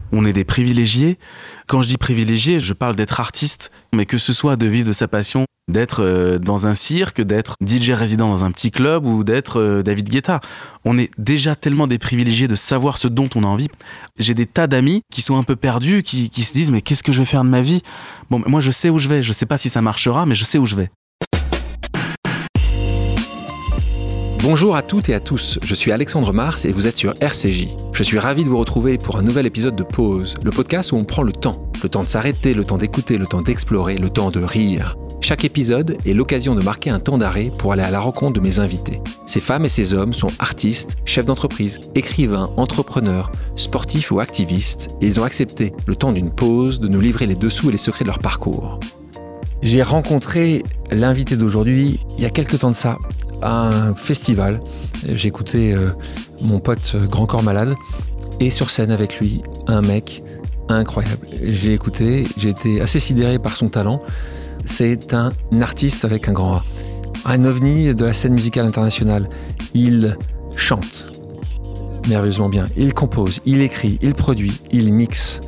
On est des privilégiés. Quand je dis privilégiés, je parle d'être artiste, mais que ce soit de vivre de sa passion, d'être dans un cirque, d'être DJ résident dans un petit club ou d'être David Guetta. On est déjà tellement des privilégiés de savoir ce dont on a envie. J'ai des tas d'amis qui sont un peu perdus, qui se disent « mais qu'est-ce que je vais faire de ma vie ?» Bon, moi je sais où je vais, je sais pas si ça marchera, mais je sais où je vais. Bonjour à toutes et à tous, je suis Alexandre Mars et vous êtes sur RCJ. Je suis ravi de vous retrouver pour un nouvel épisode de Pause, le podcast où on prend le temps de s'arrêter, le temps d'écouter, le temps d'explorer, le temps de rire. Chaque épisode est l'occasion de marquer un temps d'arrêt pour aller à la rencontre de mes invités. Ces femmes et ces hommes sont artistes, chefs d'entreprise, écrivains, entrepreneurs, sportifs ou activistes et ils ont accepté, le temps d'une pause, de nous livrer les dessous et les secrets de leur parcours. J'ai rencontré l'invité d'aujourd'hui il y a quelques temps de ça, à un festival. J'ai écouté mon pote Grand Corps Malade et sur scène avec lui, un mec incroyable. J'ai écouté, j'ai été assez sidéré par son talent. C'est un artiste avec un grand A, un ovni de la scène musicale internationale. Il chante merveilleusement bien, il compose, il écrit, il produit, il mixe.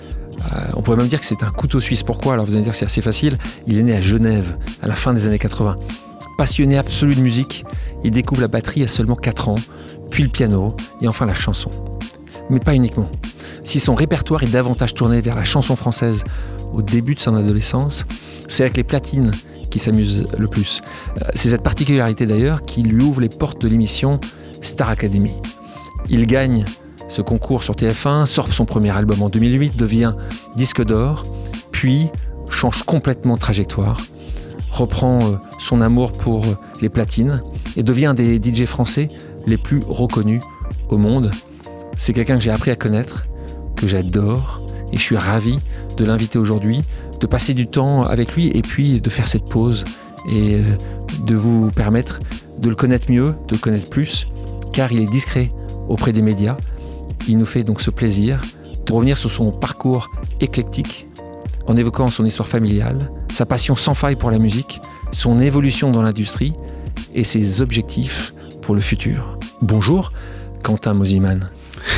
On pourrait même dire que c'est un couteau suisse. Pourquoi ? Alors vous allez me dire que c'est assez facile. Il est né à Genève à la fin des années 80. Passionné absolu de musique, il découvre la batterie à seulement 4 ans, puis le piano et enfin la chanson. Mais pas uniquement. Si son répertoire est davantage tourné vers la chanson française au début de son adolescence, c'est avec les platines qu'il s'amuse le plus. C'est cette particularité d'ailleurs qui lui ouvre les portes de l'émission Star Academy. Il gagne ce concours sur TF1, sort son premier album en 2008, devient disque d'or, puis change complètement de trajectoire, reprend son amour pour les platines et devient un des DJ français les plus reconnus au monde. C'est quelqu'un que j'ai appris à connaître, que j'adore et je suis ravi de l'inviter aujourd'hui, de passer du temps avec lui et puis de faire cette pause et de vous permettre de le connaître mieux, de le connaître plus, car il est discret auprès des médias. Il nous fait donc ce plaisir de revenir sur son parcours éclectique en évoquant son histoire familiale, sa passion sans faille pour la musique, son évolution dans l'industrie et ses objectifs pour le futur. Bonjour, Quentin Mosimann.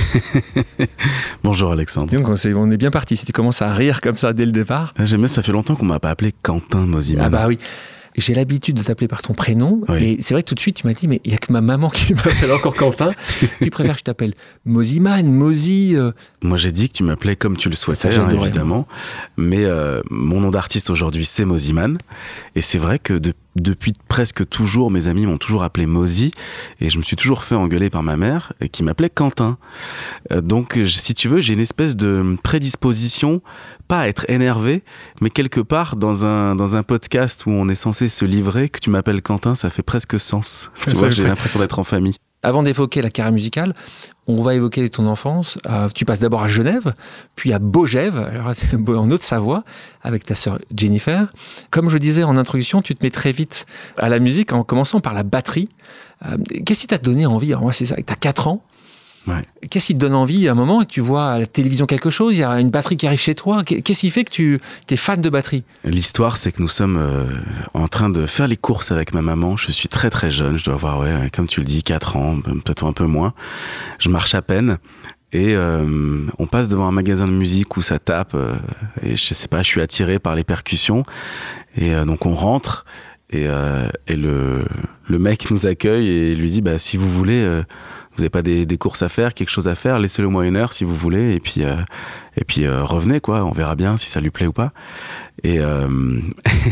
Bonjour Alexandre. Donc on est bien parti. Si tu commences à rire comme ça dès le départ. J'aime bien, ça fait longtemps qu'on m'a pas appelé Quentin Mosimann. Ah bah oui. J'ai l'habitude de t'appeler par ton prénom, oui. Et c'est vrai que tout de suite tu m'as dit mais il n'y a que ma maman qui m'appelle encore Quentin. Tu préfères que je t'appelle Mosimann, Mosi Moi j'ai dit que tu m'appelais comme tu le souhaitais, évidemment. Mais mon nom d'artiste aujourd'hui c'est Mosimann. Et c'est vrai que depuis presque toujours, mes amis m'ont toujours appelé Mosi. Et je me suis toujours fait engueuler par ma mère qui m'appelait Quentin. Donc si tu veux, j'ai une espèce de prédisposition, pas à être énervé, mais quelque part dans un podcast où on est censé se livrer, que tu m'appelles Quentin, ça fait presque sens. Tu vois, j'ai l'impression d'être en famille. Avant d'évoquer la carrière musicale, on va évoquer ton enfance. Tu passes d'abord à Genève, puis à Baugève, en Haute-Savoie, avec ta sœur Jennifer. Comme je disais en introduction, tu te mets très vite à la musique, en commençant par la batterie. Qu'est-ce qui t'a donné envie ? Alors moi, c'est ça, tu as 4 ans. Ouais. Qu'est-ce qui te donne envie à un moment? Tu vois à la télévision quelque chose, il y a une batterie qui arrive chez toi. Qu'est-ce qui fait que tu es fan de batterie? L'histoire, c'est que nous sommes en train de faire les courses avec ma maman. Je suis très très jeune, je dois avoir, comme tu le dis, 4 ans, peut-être un peu moins. Je marche à peine et on passe devant un magasin de musique où ça tape et je sais pas, je suis attiré par les percussions et donc on rentre et le mec nous accueille et lui dit si vous voulez... vous n'avez pas des courses à faire, quelque chose à faire, laissez-le moi 1 heure si vous voulez, et puis revenez, quoi, on verra bien si ça lui plaît ou pas. Et 1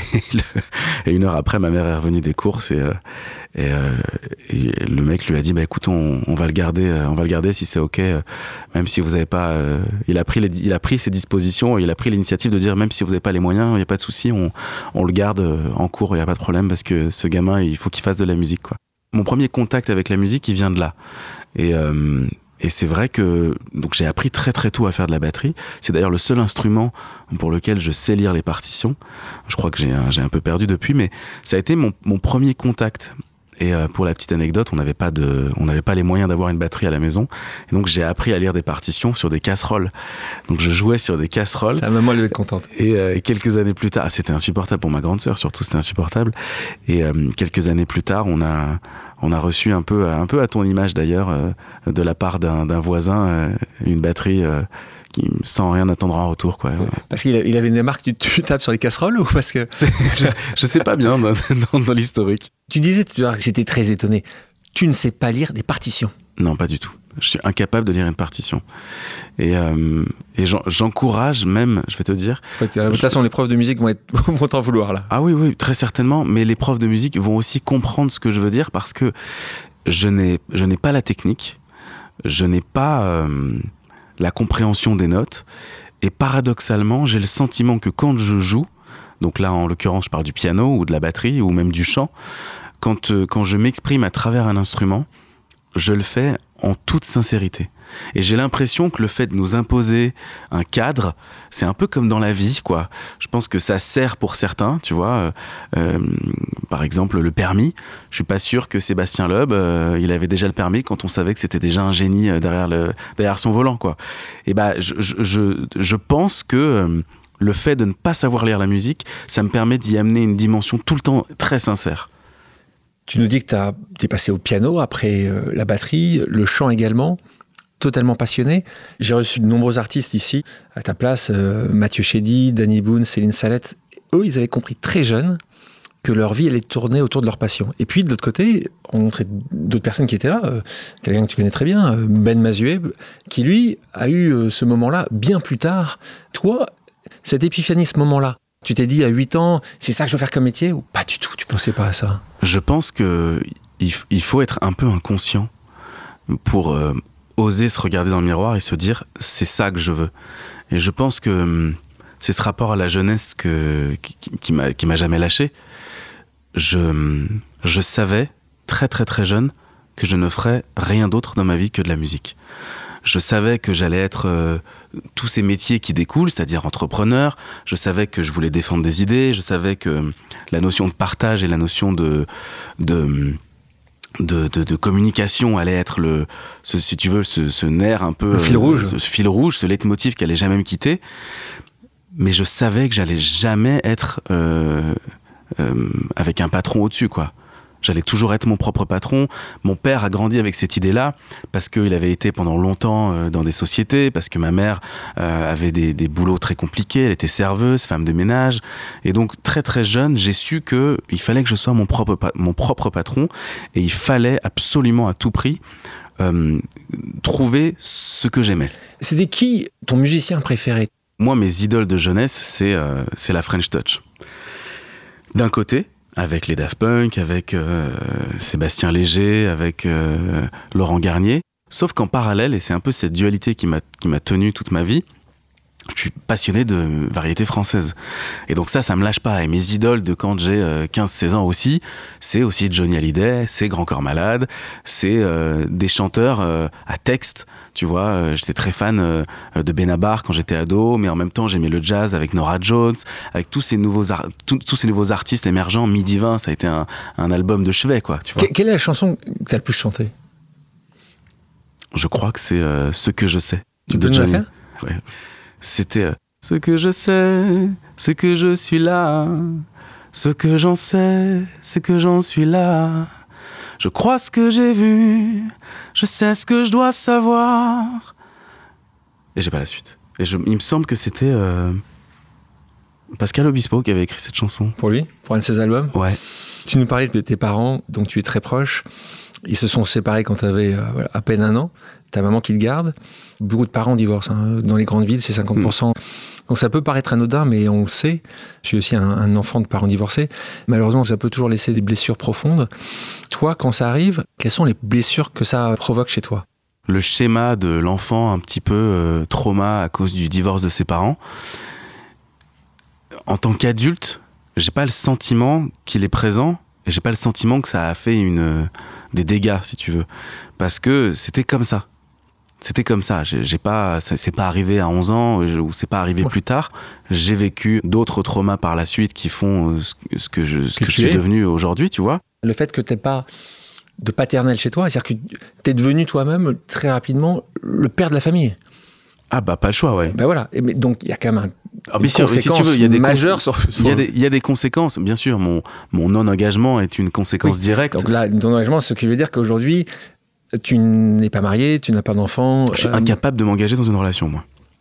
heure après, ma mère est revenue des courses et le mec lui a dit écoute, on va le garder si c'est ok, même si vous n'avez pas. Il a pris ses dispositions, il a pris l'initiative de dire même si vous n'avez pas les moyens, il n'y a pas de souci, on le garde en cours, il n'y a pas de problème parce que ce gamin, il faut qu'il fasse de la musique, quoi. Mon premier contact avec la musique, il vient de là. Et c'est vrai que donc j'ai appris très très tôt à faire de la batterie. C'est d'ailleurs le seul instrument pour lequel je sais lire les partitions. Je crois que j'ai un peu perdu depuis, mais ça a été mon premier contact. Et pour la petite anecdote, on n'avait pas les moyens d'avoir une batterie à la maison. Et donc j'ai appris à lire des partitions sur des casseroles. Donc je jouais sur des casseroles. La maman elle devait être contente. Et quelques années plus tard, c'était insupportable pour ma grande sœur, surtout c'était insupportable. Et quelques années plus tard, on a reçu un peu à ton image d'ailleurs, de la part d'un voisin, une batterie sans rien attendre en retour, quoi. Parce qu'il avait des marques, tu tapes sur les casseroles ou parce que... Je sais pas bien dans l'historique. Tu disais tout à l'heure que j'étais très étonné. Tu ne sais pas lire des partitions? Non, pas du tout. Je suis incapable de lire une partition. Et j'encourage même, je vais te dire... En fait, de toute façon, les profs de musique vont t'en vouloir, là. Ah oui, très certainement. Mais les profs de musique vont aussi comprendre ce que je veux dire parce que je n'ai pas la technique, je n'ai pas la compréhension des notes. Et paradoxalement, j'ai le sentiment que quand je joue, donc là, en l'occurrence, je parle du piano ou de la batterie ou même du chant, quand je m'exprime à travers un instrument, je le fais en toute sincérité. Et j'ai l'impression que le fait de nous imposer un cadre, c'est un peu comme dans la vie, quoi. Je pense que ça sert pour certains, tu vois. Par exemple, le permis. Je suis pas sûr que Sébastien Loeb, il avait déjà le permis quand on savait que c'était déjà un génie derrière son volant, quoi. Et je pense que le fait de ne pas savoir lire la musique, ça me permet d'y amener une dimension tout le temps très sincère. Tu nous dis que t'es passé au piano, après la batterie, le chant également, totalement passionné. J'ai reçu de nombreux artistes ici, à ta place, Mathieu Chédid, Danny Boone, Céline Salette. Eux, ils avaient compris très jeunes que leur vie allait tourner autour de leur passion. Et puis, de l'autre côté, on montrait d'autres personnes qui étaient là, quelqu'un que tu connais très bien, Ben Mazué, qui lui a eu ce moment-là bien plus tard. Toi, cette épiphanie, ce moment-là, tu t'es dit à 8 ans, c'est ça que je veux faire comme métier ou pas du tout, tu pensais pas à ça? Je pense qu'il faut être un peu inconscient pour oser se regarder dans le miroir et se dire c'est ça que je veux. Et je pense que c'est ce rapport à la jeunesse qui m'a jamais lâché. Je savais très très très jeune que je ne ferais rien d'autre dans ma vie que de la musique. Je savais que j'allais être tous ces métiers qui découlent, c'est-à-dire entrepreneur. Je savais que je voulais défendre des idées. Je savais que la notion de partage et la notion de communication allait être si tu veux, ce nerf un peu... Le fil rouge. Ce fil rouge, ce leitmotiv qui allait jamais me quitter. Mais je savais que j'allais jamais être avec un patron au-dessus, quoi. J'allais toujours être mon propre patron. Mon père a grandi avec cette idée-là parce qu'il avait été pendant longtemps dans des sociétés, parce que ma mère avait des boulots très compliqués. Elle était serveuse, femme de ménage. Et donc, très très jeune, j'ai su qu'il fallait que je sois mon propre patron et il fallait absolument à tout prix trouver ce que j'aimais. C'était qui ton musicien préféré? Moi, mes idoles de jeunesse, c'est la French Touch. D'un côté, avec les Daft Punk, avec Sébastien Léger, avec Laurent Garnier. Sauf qu'en parallèle, et c'est un peu cette dualité qui m'a tenu toute ma vie, je suis passionné de variété française. Et donc ça me lâche pas. Et mes idoles de quand j'ai 15-16 ans aussi, c'est aussi Johnny Hallyday, c'est Grand Corps Malade, c'est des chanteurs à texte. Tu vois, j'étais très fan de Benabar quand j'étais ado, mais en même temps j'aimais le jazz avec Norah Jones, avec tous ces nouveaux artistes émergents. Midi 20, ça a été un album de chevet, quoi. Tu vois. Quelle est la chanson que tu as le plus chantée? Je crois que c'est Ce que je sais. Tu peux nous la faire? Ouais. C'était ce que je sais, c'est que je suis là. Ce que j'en sais, c'est que j'en suis là. Je crois ce que j'ai vu, je sais ce que je dois savoir. Et j'ai pas la suite. Et il me semble que c'était Pascal Obispo qui avait écrit cette chanson. Pour lui? Pour un de ses albums? Ouais. Tu nous parlais de tes parents, donc tu es très proche. Ils se sont séparés quand tu avais à peine 1 an. Ta maman qui te garde. Beaucoup de parents divorcent. Hein. Dans les grandes villes, c'est 50%. Donc ça peut paraître anodin, mais on le sait. Je suis aussi un enfant de parents divorcés. Malheureusement, ça peut toujours laisser des blessures profondes. Toi, quand ça arrive, quelles sont les blessures que ça provoque chez toi? Le schéma de l'enfant un petit peu trauma à cause du divorce de ses parents. En tant qu'adulte, j'ai pas le sentiment qu'il est présent et j'ai pas le sentiment que ça a fait des dégâts, si tu veux. Parce que c'était comme ça. C'était comme ça. C'est pas arrivé à 11 ans ou c'est pas arrivé plus tard. J'ai vécu d'autres traumas par la suite qui font ce que je suis devenu aujourd'hui, tu vois. Le fait que t'aies pas de paternel chez toi, c'est-à-dire que t'es devenu toi-même très rapidement le père de la famille. Ah bah pas le choix, ouais. Bah voilà. Mais donc il y a quand même bien sûr, si tu veux, il y a des majeures il y a des conséquences, bien sûr. Mon non-engagement est une conséquence directe. Donc là, ton engagement, ce qui veut dire qu'aujourd'hui, tu n'es pas marié, tu n'as pas d'enfant. Je suis incapable de m'engager dans une relation, moi.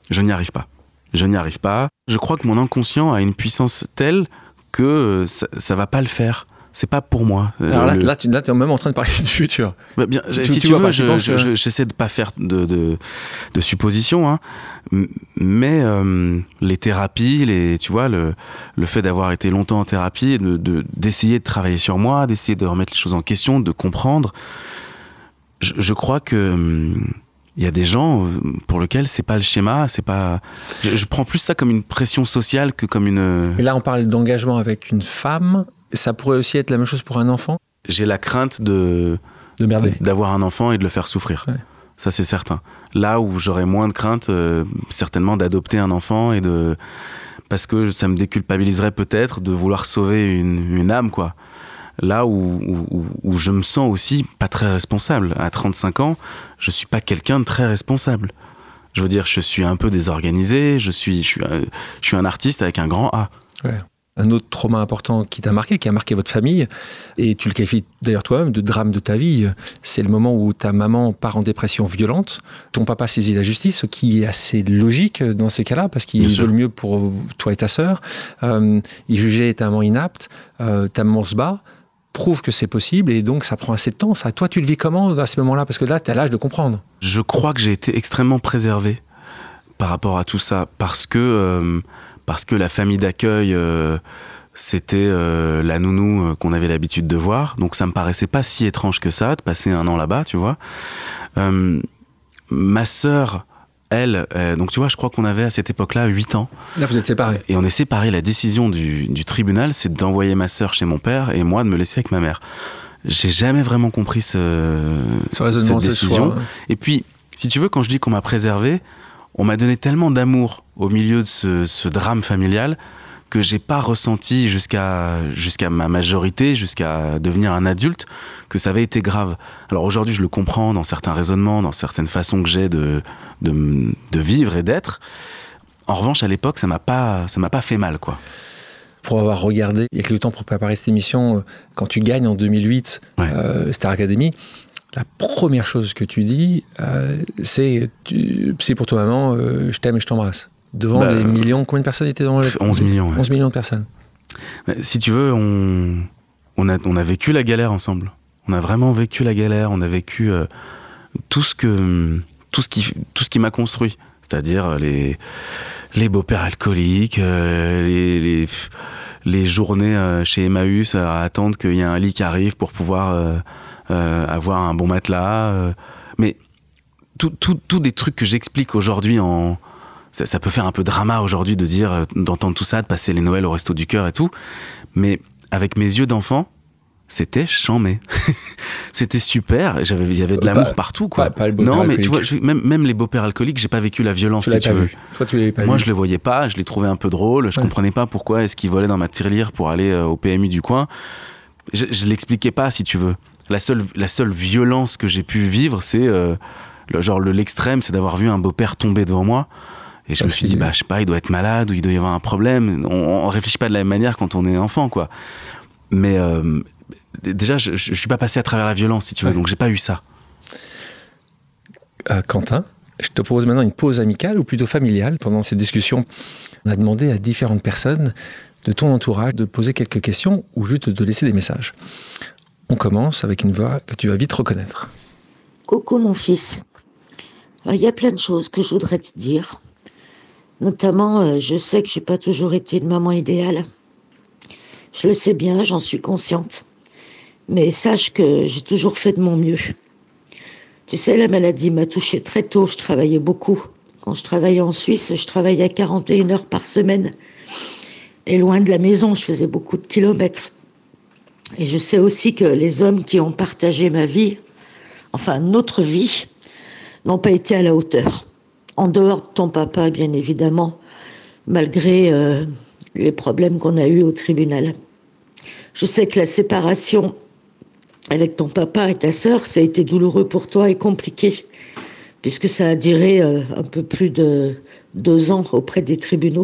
Je n'y arrive pas. Je crois que mon inconscient a une puissance telle que ça va pas le faire. C'est pas pour moi. Alors là, tu es même en train de parler du futur. Bien, si tu veux, j'essaie de pas faire de suppositions, hein, mais les thérapies, tu vois, le fait d'avoir été longtemps en thérapie, d'essayer de travailler sur moi, d'essayer de remettre les choses en question, de comprendre, je crois que il y a des gens pour lesquels c'est pas le schéma, c'est pas. Je prends plus ça comme une pression sociale que comme une. Et là, on parle d'engagement avec une femme. Ça pourrait aussi être la même chose pour un enfant. J'ai la crainte de merder, d'avoir un enfant et de le faire souffrir. Ouais. Ça, c'est certain. Là où j'aurais moins de crainte, certainement, d'adopter un enfant parce que ça me déculpabiliserait peut-être de vouloir sauver une âme, quoi. Là où je me sens aussi pas très responsable. À 35 ans, je suis pas quelqu'un de très responsable. Je veux dire, je suis un peu désorganisé, je suis un artiste avec un grand A. Ouais. Un autre trauma important qui a marqué votre famille, et tu le qualifies d'ailleurs toi-même de drame de ta vie, c'est le moment où ta maman part en dépression violente, ton papa saisit la justice, ce qui est assez logique dans ces cas-là, parce qu'il veut le mieux pour toi et ta sœur. Il jugeait ta maman inapte, ta maman se bat, prouve que c'est possible, et donc ça prend assez de temps. Ça. Toi, tu le vis comment à ce moment-là? Parce que là, tu as l'âge de comprendre. Je crois que j'ai été extrêmement préservé par rapport à tout ça, parce que la famille d'accueil, c'était la nounou qu'on avait l'habitude de voir. Donc ça me paraissait pas si étrange que ça, de passer un an là-bas, tu vois. Ma sœur, elle, donc tu vois, je crois qu'on avait à cette époque-là 8 ans. Là, vous êtes séparés. Et on est séparés. La décision du tribunal, c'est d'envoyer ma sœur chez mon père et moi de me laisser avec ma mère. J'ai jamais vraiment compris cette décision. Choix. Et puis, si tu veux, quand je dis qu'on m'a préservé, on m'a donné tellement d'amour au milieu de ce drame familial que j'ai pas ressenti jusqu'à ma majorité, jusqu'à devenir un adulte, que ça avait été grave. Alors aujourd'hui, je le comprends dans certains raisonnements, dans certaines façons que j'ai de vivre et d'être. En revanche, à l'époque, ça m'a pas fait mal, quoi. Pour avoir regardé, il y a quelques temps pour préparer cette émission, quand tu gagnes en 2008 Star Academy, la première chose que tu dis, c'est pour toi maman, je t'aime et je t'embrasse. Devant des millions, combien de personnes étaient dans 11 millions. 11 millions de personnes. Si tu veux, on a vécu la galère ensemble. On a vraiment vécu la galère. On a vécu tout ce qui m'a construit. C'est-à-dire les beaux-pères alcooliques, les journées chez Emmaüs à attendre qu'il y ait un lit qui arrive pour pouvoir avoir un bon matelas. Mais tout des trucs que j'explique aujourd'hui ça peut faire un peu drama aujourd'hui d'entendre tout ça, de passer les Noëls au Resto du Cœur et tout. Mais avec mes yeux d'enfant, c'était chambé. C'était super. Il y avait de l'amour partout, quoi. Pas le beau-père non, mais alcoolique. tu vois, même les beaux-pères alcooliques, j'ai pas vécu la violence, si tu veux. Toi, tu l'avais pas Moi, vu. je le voyais pas. Je les trouvais un peu drôles. Je comprenais pas pourquoi est-ce qu'ils volaient dans ma tirelire pour aller au PMU du coin. Je l'expliquais pas, si tu veux. La seule violence que j'ai pu vivre, c'est l'extrême, c'est d'avoir vu un beau-père tomber devant moi. Et je me suis dit, je sais pas, il doit être malade ou il doit y avoir un problème. On réfléchit pas de la même manière quand on est enfant, quoi. Mais déjà, je suis pas passé à travers la violence, si tu veux, donc j'ai pas eu ça. Quentin, je te propose maintenant une pause amicale ou plutôt familiale. Pendant cette discussion, on a demandé à différentes personnes de ton entourage de poser quelques questions ou juste de laisser des messages. On commence avec une voix que tu vas vite reconnaître. Coucou mon fils. Alors, il y a plein de choses que je voudrais te dire. Notamment, je sais que j'ai pas toujours été une maman idéale. Je le sais bien, j'en suis consciente. Mais sache que j'ai toujours fait de mon mieux. Tu sais, la maladie m'a touchée très tôt, je travaillais beaucoup. Quand je travaillais en Suisse, je travaillais 41 heures par semaine. Et loin de la maison, je faisais beaucoup de kilomètres. Et je sais aussi que les hommes qui ont partagé ma vie, enfin notre vie, n'ont pas été à la hauteur. En dehors de ton papa, bien évidemment, malgré les problèmes qu'on a eus au tribunal. Je sais que la séparation avec ton papa et ta sœur, ça a été douloureux pour toi et compliqué, puisque ça a duré un peu plus de 2 ans auprès des tribunaux.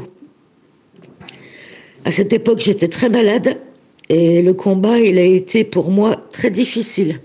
À cette époque, j'étais très malade et le combat, il a été pour moi très difficile.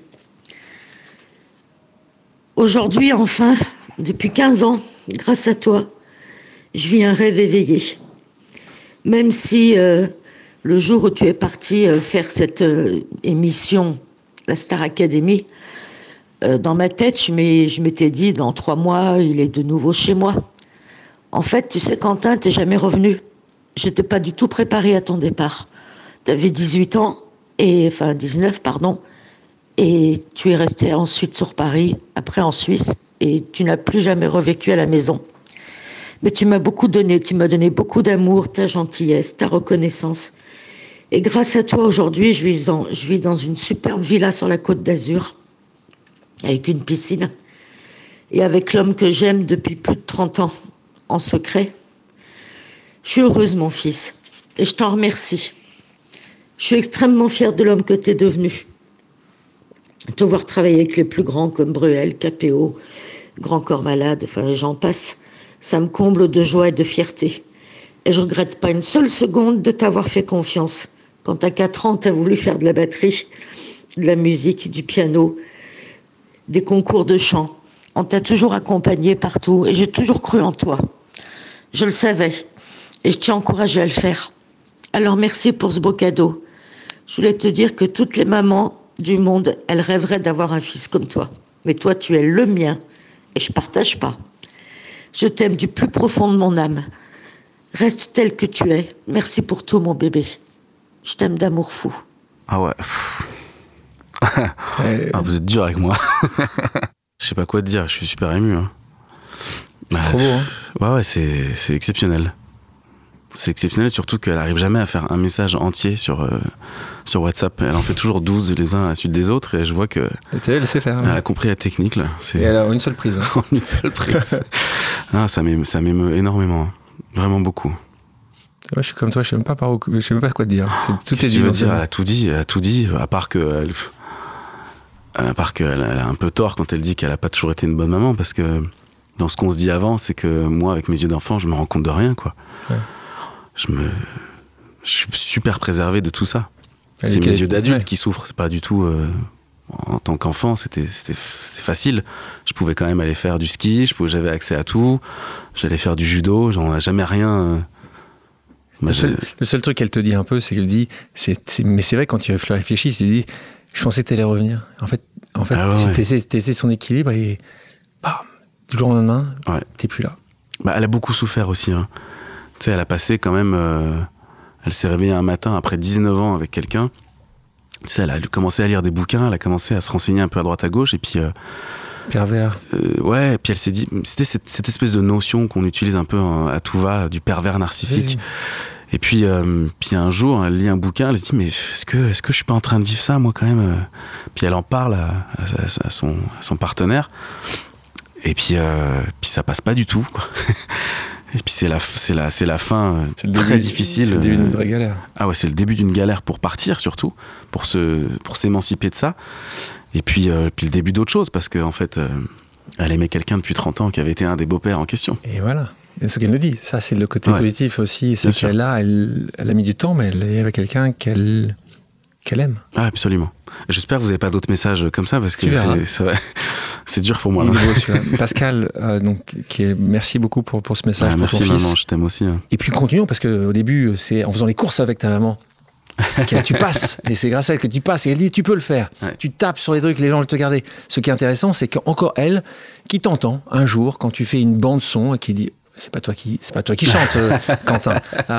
Aujourd'hui, enfin, depuis 15 ans, grâce à toi, je vis un rêve éveillé. Même si le jour où tu es parti faire cette émission, la Star Academy, dans ma tête, je m'étais dit, dans 3 mois, il est de nouveau chez moi. En fait, tu sais, Quentin, t'es jamais revenu. J'étais pas du tout préparée à ton départ. T'avais 18 ans, enfin 19, pardon, et tu es resté ensuite sur Paris, après en Suisse, et tu n'as plus jamais revécu à la maison. Mais tu m'as beaucoup donné, tu m'as donné beaucoup d'amour, ta gentillesse, ta reconnaissance. Et grâce à toi, aujourd'hui, je vis dans une superbe villa sur la Côte d'Azur, avec une piscine, et avec l'homme que j'aime depuis plus de 30 ans, en secret. Je suis heureuse, mon fils, et je t'en remercie. Je suis extrêmement fière de l'homme que tu es devenu. Te voir travailler avec les plus grands comme Bruel, Capéo, Grand Corps Malade, enfin j'en passe, ça me comble de joie et de fierté. Et je regrette pas une seule seconde de t'avoir fait confiance. Quand à 4 ans, t'as voulu faire de la batterie, de la musique, du piano, des concours de chant. On t'a toujours accompagné partout et j'ai toujours cru en toi. Je le savais et je t'ai encouragé à le faire. Alors merci pour ce beau cadeau. Je voulais te dire que toutes les mamans du monde, elles rêveraient d'avoir un fils comme toi. Mais toi, tu es le mien et je partage pas. Je t'aime du plus profond de mon âme. Reste tel que tu es. Merci pour tout, mon bébé. Je t'aime d'amour fou. Ah ouais. Ah, vous êtes dur avec moi. Je sais pas quoi te dire, je suis super ému. Hein. C'est trop beau, hein. Ouais, c'est exceptionnel. C'est exceptionnel, surtout qu'elle arrive jamais à faire un message entier sur WhatsApp. Elle en fait toujours 12 les uns à la suite des autres et je vois que Elle sait faire. Elle a compris la technique là. Et elle a une seule prise. Hein. En une seule prise. Ah, ça m'émeut énormément. Hein. Vraiment beaucoup. Ouais, je suis comme toi, je sais même pas quoi te dire. Tout est dit. Elle a tout dit, à part qu'elle a un peu tort quand elle dit qu'elle a pas toujours été une bonne maman, parce que dans ce qu'on se dit avant, c'est que moi, avec mes yeux d'enfant, je me rends compte de rien, quoi. Ouais. Je suis super préservé de tout ça. C'est mes yeux d'adulte qui souffrent, c'est pas du tout... en tant qu'enfant, c'est facile. Je pouvais quand même aller faire du ski, j'avais accès à tout. J'allais faire du judo, j'en jamais rien... Le seul truc qu'elle te dit un peu, c'est qu'elle dit... mais c'est vrai, quand tu réfléchis, tu dis... Je pensais que t'allais revenir. En fait t'essaies son équilibre et... Bam, du jour au lendemain, t'es plus là. Bah, elle a beaucoup souffert aussi. Hein. Tu sais, elle a passé quand même... elle s'est réveillée un matin après 19 ans avec quelqu'un. Tu sais, elle a commencé à lire des bouquins, elle a commencé à se renseigner un peu à droite à gauche, et puis... pervers. Ouais, et puis elle s'est dit... C'était cette espèce de notion qu'on utilise un peu à tout va, du pervers narcissique. Oui. Et puis un jour, elle lit un bouquin, elle se dit, mais est-ce que je suis pas en train de vivre ça, moi, quand même? Puis elle en parle à son partenaire, et puis ça passe pas du tout, quoi. Et puis c'est la fin très difficile. C'est le début d'une vraie galère. Ah ouais, c'est le début d'une galère pour partir, surtout, pour s'émanciper de ça. Et puis le début d'autre chose, parce qu'en fait, elle aimait quelqu'un depuis 30 ans qui avait été un des beaux-pères en question. Et voilà. Et ce qu'elle nous dit, ça c'est le côté positif aussi. C'est qu'elle a mis du temps, mais elle est avec quelqu'un qu'elle aime. Ah, absolument. J'espère que vous n'avez pas d'autres messages comme ça, parce que c'est dur pour moi. Là. Pascal, merci beaucoup pour ce message. Pour merci ton fils. Maman, je t'aime aussi. Hein. Et puis continuons, parce qu'au début, c'est en faisant les courses avec ta maman. Tu passes, et c'est grâce à elle que tu passes, et elle dit tu peux le faire. Ouais. Tu tapes sur les trucs, les gens veulent te garder. Ce qui est intéressant, c'est qu'encore elle, qui t'entend un jour quand tu fais une bande son et qui dit c'est pas toi qui chante, Quentin.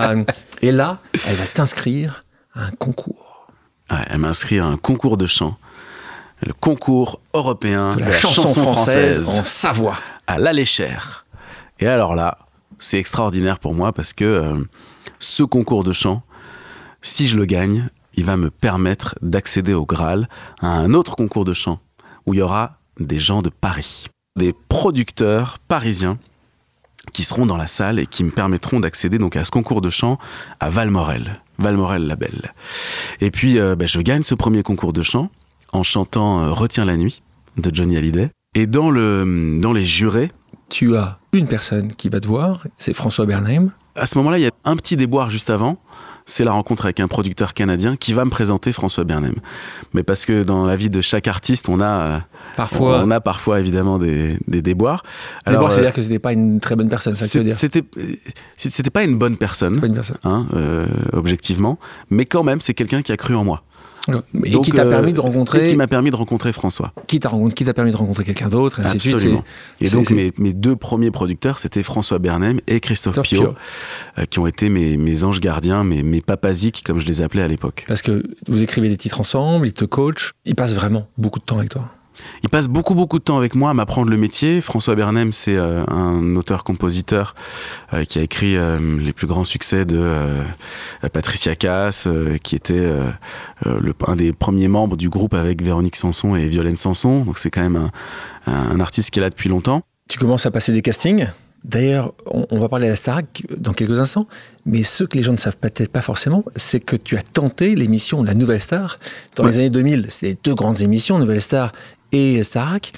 Et là, elle va t'inscrire à un concours. Ouais, elle m'inscrit à un concours de chant, le concours européen de la chanson française en Savoie, à l'Alléchère. Et alors là, c'est extraordinaire pour moi, parce que ce concours de chant, si je le gagne, il va me permettre d'accéder au Graal, à un autre concours de chant où il y aura des gens de Paris, des producteurs parisiens qui seront dans la salle et qui me permettront d'accéder donc à ce concours de chant à Valmorel la Belle. Et puis je gagne ce premier concours de chant en chantant Retiens la nuit de Johnny Hallyday. Et dans les jurés, tu as une personne qui va te voir, c'est François Bernheim. À ce moment-là, il y a un petit déboire juste avant. c'est la rencontre avec un producteur canadien qui va me présenter François Bernem. Mais parce que dans la vie de chaque artiste, on a parfois évidemment des déboires. Alors, c'est-à-dire que c'était pas une très bonne personne, ça veut dire. C'était pas une bonne personne, objectivement, mais quand même, c'est quelqu'un qui a cru en moi. Et donc, qui t'a permis de rencontrer... qui m'a permis de rencontrer François. Qui t'a permis de rencontrer quelqu'un d'autre, et ainsi de suite. Absolument. Et donc, mes deux premiers producteurs, c'était François Bernem et Christophe Piot, qui ont été mes anges gardiens, mes papaziques, comme je les appelais à l'époque. Parce que vous écrivez des titres ensemble, ils te coachent, ils passent vraiment beaucoup de temps avec toi. Il passe beaucoup de temps avec moi à m'apprendre le métier. François Bernem, c'est un auteur-compositeur qui a écrit les plus grands succès de Patricia Cass, qui était un des premiers membres du groupe avec Véronique Sanson et Violaine Sanson. Donc c'est quand même un artiste qui est là depuis longtemps. Tu commences à passer des castings. D'ailleurs, on va parler à la Starac dans quelques instants, mais ce que les gens ne savent peut-être pas forcément, c'est que tu as tenté l'émission La Nouvelle Star. Dans les années 2000, c'était deux grandes émissions, Nouvelle Star et Starac.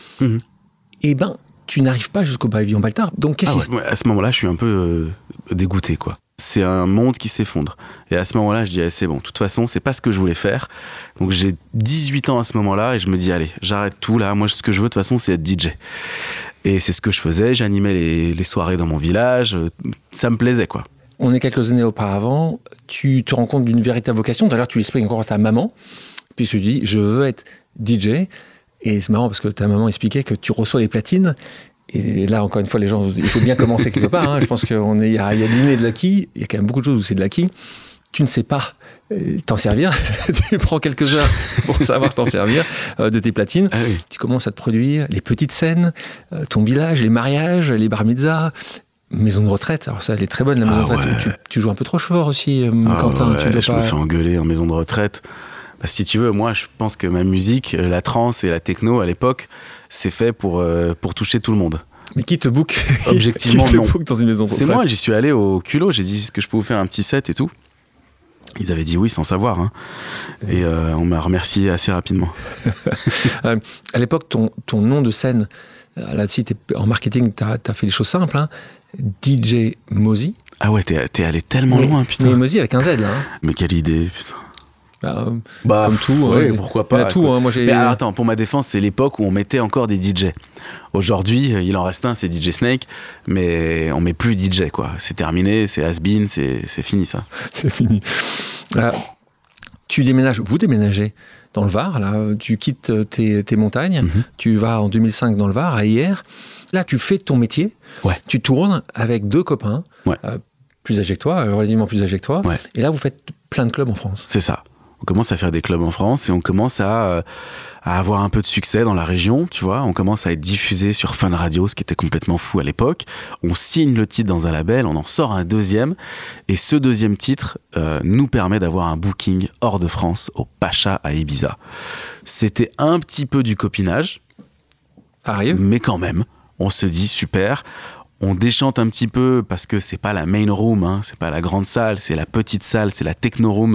Et ben, tu n'arrives pas jusqu'au Pavillon Baltard. Donc, qu'est-ce qui à ce moment-là, je suis un peu dégoûté, quoi. C'est un monde qui s'effondre. Et à ce moment-là, je dis, c'est bon, de toute façon, c'est pas ce que je voulais faire. Donc, j'ai 18 ans à ce moment-là et je me dis, allez, j'arrête tout là. Moi, ce que je veux, de toute façon, c'est être DJ. Et c'est ce que je faisais. J'animais les soirées dans mon village. Ça me plaisait, quoi. On est quelques années auparavant. Tu te rends compte d'une véritable vocation. D'ailleurs, tu l'expliques encore à ta maman. Puis tu dis, je veux être DJ. Et c'est marrant parce que ta maman expliquait que tu reçois les platines. Et là, encore une fois, les gens, il faut bien commencer quelque part. Hein. Je pense qu'il y a l'inné de l'acquis. Il y a quand même beaucoup de choses où c'est de l'acquis. Tu ne sais pas t'en servir. Tu prends quelques heures pour savoir t'en servir de tes platines. Ah oui. Tu commences à te produire les petites scènes, ton village, les mariages, les bar mitzvahs, maison de retraite. Alors ça, elle est très bonne, la maison de retraite. Ouais. Tu joues un peu trop fort aussi, Quentin. Ouais, je me fais engueuler en maison de retraite. Bah, si tu veux, moi, je pense que ma musique, la trance et la techno, à l'époque, c'est fait pour toucher tout le monde. Mais qui te book Objectivement, qui te non. Book dans une maison de retraite. C'est moi, j'y suis allé au culot. J'ai dit que je pouvais faire un petit set et tout. Ils avaient dit oui sans savoir. Hein. Et on m'a remercié assez rapidement. À l'époque, ton nom de scène, là-dessus, en marketing, t'as fait les choses simples. Hein. DJ Mozy. Ah ouais, t'es allé tellement loin, putain. Mais Mozy avec un Z, là. Hein. Mais quelle idée, putain. Comme tout, ouais, pourquoi pas. Tout, hein, moi j'ai... Mais alors, attends, pour ma défense, c'est l'époque où on mettait encore des DJ. Aujourd'hui, il en reste un, c'est DJ Snake, mais on met plus DJ, quoi. C'est terminé, c'est has-been, c'est fini, ça. C'est fini. Vous déménagez dans le Var, là, tu quittes tes montagnes, tu vas en 2005 dans le Var, à Hyères. Là, tu fais ton métier, tu tournes avec deux copains, plus âgés que toi, relativement plus âgés que toi, et là, vous faites plein de clubs en France. C'est ça. On commence à faire des clubs en France et on commence à avoir un peu de succès dans la région, tu vois. On commence à être diffusé sur Fun Radio, ce qui était complètement fou à l'époque. On signe le titre dans un label, on en sort un deuxième. Et ce deuxième titre nous permet d'avoir un booking hors de France, au Pacha à Ibiza. C'était un petit peu du copinage. Arrive. Mais quand même, on se dit super. On déchante un petit peu parce que c'est pas la main room, hein, c'est pas la grande salle, c'est la petite salle, c'est la techno room.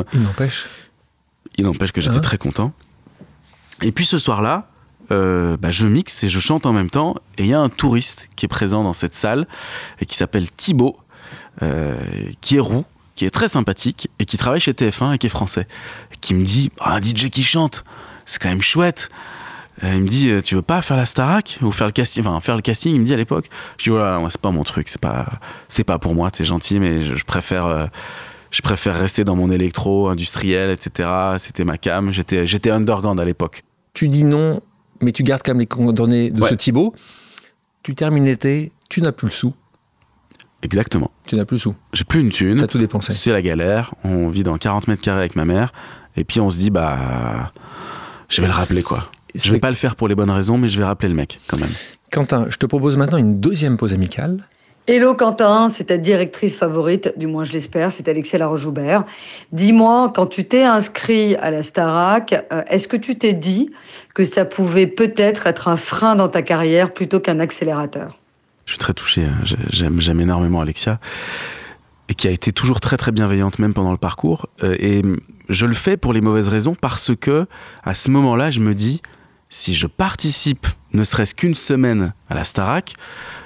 Il n'empêche que j'étais très content. Et puis ce soir-là, je mixe et je chante en même temps. Et il y a un touriste qui est présent dans cette salle et qui s'appelle Thibaut, qui est roux, qui est très sympathique et qui travaille chez TF1 et qui est français. Et qui me dit, un DJ qui chante, c'est quand même chouette. Il me dit, tu veux pas faire la Starac ou faire le casting, il me dit à l'époque. Je dis, voilà, c'est pas mon truc, c'est pas pour moi, t'es gentil, mais je préfère rester dans mon électro, industriel, etc. C'était ma cam. J'étais underground à l'époque. Tu dis non, mais tu gardes quand même les coordonnées de ce Thibaut. Tu termines l'été, tu n'as plus le sou. Exactement. Tu n'as plus le sou. J'ai plus une thune. T'as tout dépensé. C'est la galère. On vit dans 40 mètres carrés avec ma mère. Et puis on se dit, je vais le rappeler, quoi. Je vais pas le faire pour les bonnes raisons, mais je vais rappeler le mec, quand même. Quentin, je te propose maintenant une deuxième pause amicale. Hello Quentin, c'est ta directrice favorite, du moins je l'espère, c'est Alexia Laroche-Joubert. Dis-moi, quand tu t'es inscrit à la Starac, est-ce que tu t'es dit que ça pouvait peut-être être un frein dans ta carrière plutôt qu'un accélérateur ? Je suis très touché, j'aime énormément Alexia, et qui a été toujours très très bienveillante même pendant le parcours. Et je le fais pour les mauvaises raisons parce que à ce moment-là, je me dis, si je participe ne serait-ce qu'une semaine à la Starac,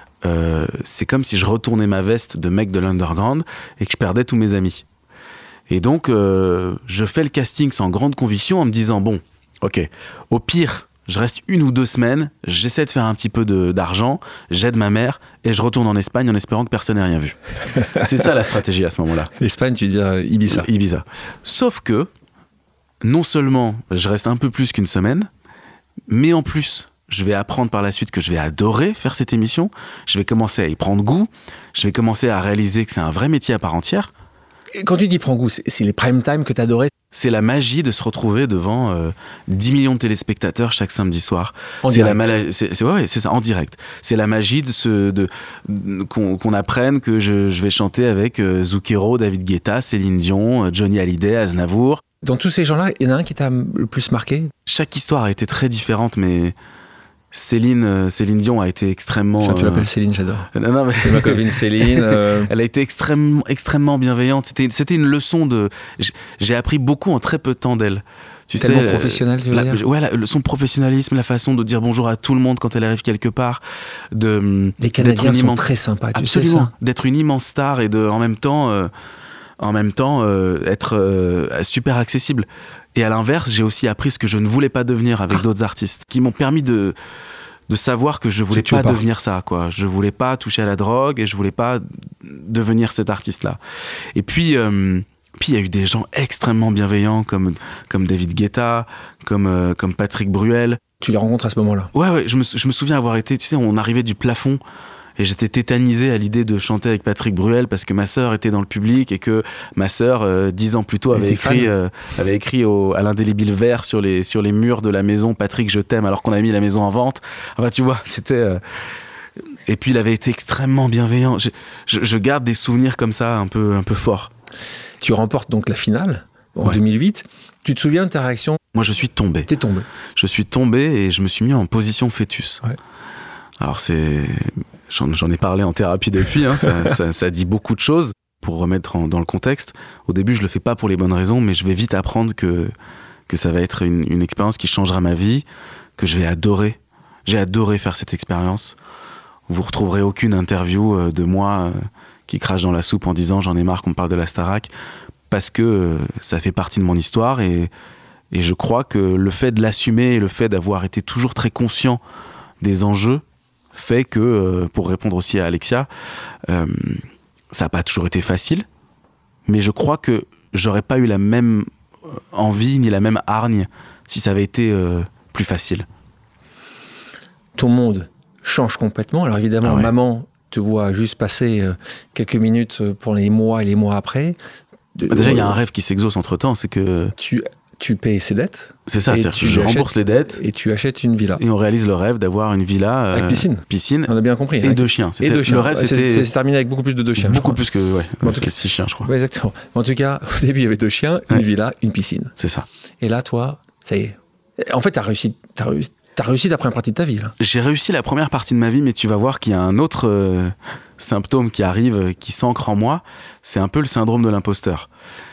c'est comme si je retournais ma veste de mec de l'underground et que je perdais tous mes amis. Et donc, je fais le casting sans grande conviction en me disant, bon, ok, au pire, je reste 1 ou 2 semaines, j'essaie de faire un petit peu d'argent, j'aide ma mère et je retourne en Espagne en espérant que personne n'ait rien vu. C'est ça la stratégie à ce moment-là. L'Espagne, tu veux dire Ibiza. Ibiza. Sauf que, non seulement je reste un peu plus qu'1 semaine, mais en plus, je vais apprendre par la suite que je vais adorer faire cette émission, je vais commencer à y prendre goût, je vais commencer à réaliser que c'est un vrai métier à part entière. Et quand tu dis prends goût, c'est les prime time que t'adorais? C'est la magie de se retrouver devant 10 millions de téléspectateurs chaque samedi soir. C'est ça, en direct. C'est la magie qu'on apprenne que je vais chanter avec Zucchero, David Guetta, Céline Dion, Johnny Hallyday, Aznavour. Dans tous ces gens-là, il y en a un qui t'a le plus marqué? Chaque histoire a été très différente, mais Céline Dion a été extrêmement... Tu l'appelles Céline, j'adore. Non, mais... C'est ma copine Céline. Elle a été extrêmement bienveillante. C'était une leçon de... J'ai appris beaucoup en très peu de temps d'elle. Tu Tellement sais, professionnel, tu veux dire? Ouais, son professionnalisme, la façon de dire bonjour à tout le monde quand elle arrive quelque part. Les Canadiens sont très sympas, tu sais ça. D'être une immense star et en même temps être super accessible. Et à l'inverse, j'ai aussi appris ce que je ne voulais pas devenir avec d'autres artistes, qui m'ont permis de savoir que je voulais pas devenir ça, quoi. Je voulais pas toucher à la drogue et je voulais pas devenir cet artiste-là. Et puis il y a eu des gens extrêmement bienveillants comme David Guetta, comme Patrick Bruel. Tu les rencontres à ce moment-là? Ouais, je me souviens avoir été, tu sais, on arrivait du plafond. Et j'étais tétanisé à l'idée de chanter avec Patrick Bruel parce que ma sœur était dans le public et que ma sœur, 10 ans plus tôt, avait écrit à l'indélébile vert sur les murs de la maison « Patrick, je t'aime » alors qu'on avait mis la maison en vente. Enfin, tu vois, c'était... Et puis il avait été extrêmement bienveillant. Je garde des souvenirs comme ça un peu forts. Tu remportes donc la finale en 2008. Tu te souviens de ta réaction? Moi, je suis tombé. T'es tombé. Je suis tombé et je me suis mis en position fœtus. Ouais. Alors j'en ai parlé en thérapie depuis, hein, ça dit beaucoup de choses. Pour remettre dans le contexte, au début je le fais pas pour les bonnes raisons, mais je vais vite apprendre que ça va être une expérience qui changera ma vie, que je vais adorer. J'ai adoré faire cette expérience. Vous retrouverez aucune interview de moi qui crache dans la soupe en disant j'en ai marre qu'on me parle de la Starac, parce que ça fait partie de mon histoire et je crois que le fait de l'assumer et le fait d'avoir été toujours très conscient des enjeux fait que, pour répondre aussi à Alexia, ça n'a pas toujours été facile, mais je crois que j'aurais pas eu la même envie ni la même hargne si ça avait été plus facile. Ton monde change complètement. Alors évidemment, maman te voit juste passer quelques minutes pour les mois et les mois après. Déjà, il y a un rêve qui s'exauce entre-temps, c'est que... Tu payes ses dettes. C'est ça, je rembourse les dettes. Et tu achètes une villa. Et on réalise le rêve d'avoir une villa... avec piscine. On a bien compris. Et 2 chiens. Le rêve, c'est terminé avec beaucoup plus de 2 chiens. Beaucoup plus que 6 chiens, je crois. Ouais, exactement. En tout cas, au début, il y avait 2 chiens, une villa, une piscine. C'est ça. Et là, toi, ça y est. En fait, t'as réussi ta première partie de ta vie, là. J'ai réussi la première partie de ma vie, mais tu vas voir qu'il y a un autre symptôme qui arrive, qui s'ancre en moi. C'est un peu le syndrome de l'imposteur.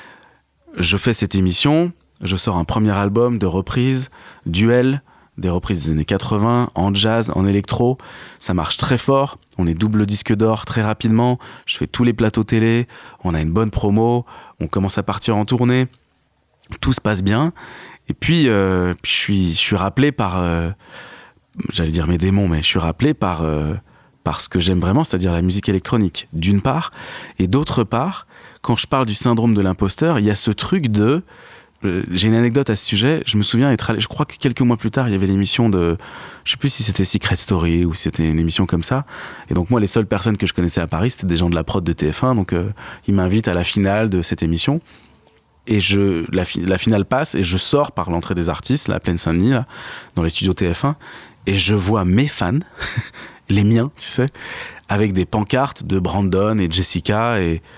Je fais cette émission... Je sors un premier album de reprises, duel, des reprises des années 80, en jazz, en électro. Ça marche très fort. On est double disque d'or très rapidement. Je fais tous les plateaux télé. On a une bonne promo. On commence à partir en tournée. Tout se passe bien. Et puis, je suis rappelé par... j'allais dire mes démons, mais je suis rappelé par ce que j'aime vraiment, c'est-à-dire la musique électronique, d'une part. Et d'autre part, quand je parle du syndrome de l'imposteur, il y a ce truc de... J'ai une anecdote à ce sujet. Je me souviens être allé, je crois que quelques mois plus tard, il y avait l'émission de, je sais plus si c'était Secret Story ou si c'était une émission comme ça. Et donc moi, les seules personnes que je connaissais à Paris, c'était des gens de la prod de TF1. Donc ils m'invitent à la finale de cette émission. Et la finale passe et je sors par l'entrée des artistes, la Plaine Saint-Denis, là, dans les studios TF1. Et je vois mes fans, les miens, tu sais, avec des pancartes de Brandon et Jessica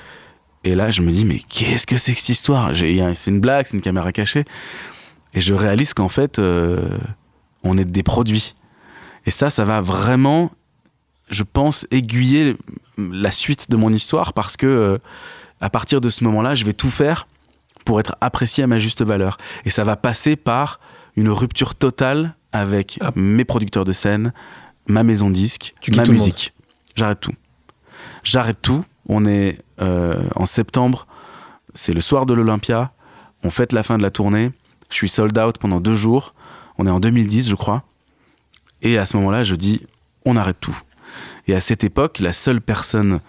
et là, je me dis, mais qu'est-ce que c'est que cette histoire? C'est une blague, c'est une caméra cachée. Et je réalise qu'en fait, on est des produits. Et ça va vraiment, je pense, aiguiller la suite de mon histoire parce que, à partir de ce moment-là, je vais tout faire pour être apprécié à ma juste valeur. Et ça va passer par une rupture totale avec mes producteurs de scène, ma maison de disque, ma musique. J'arrête tout. On est en septembre c'est le soir de l'Olympia, on fête la fin de la tournée, je suis sold out pendant 2 jours, on est en 2010 je crois, et à ce moment-là je dis on arrête tout. Et à cette époque, la seule personne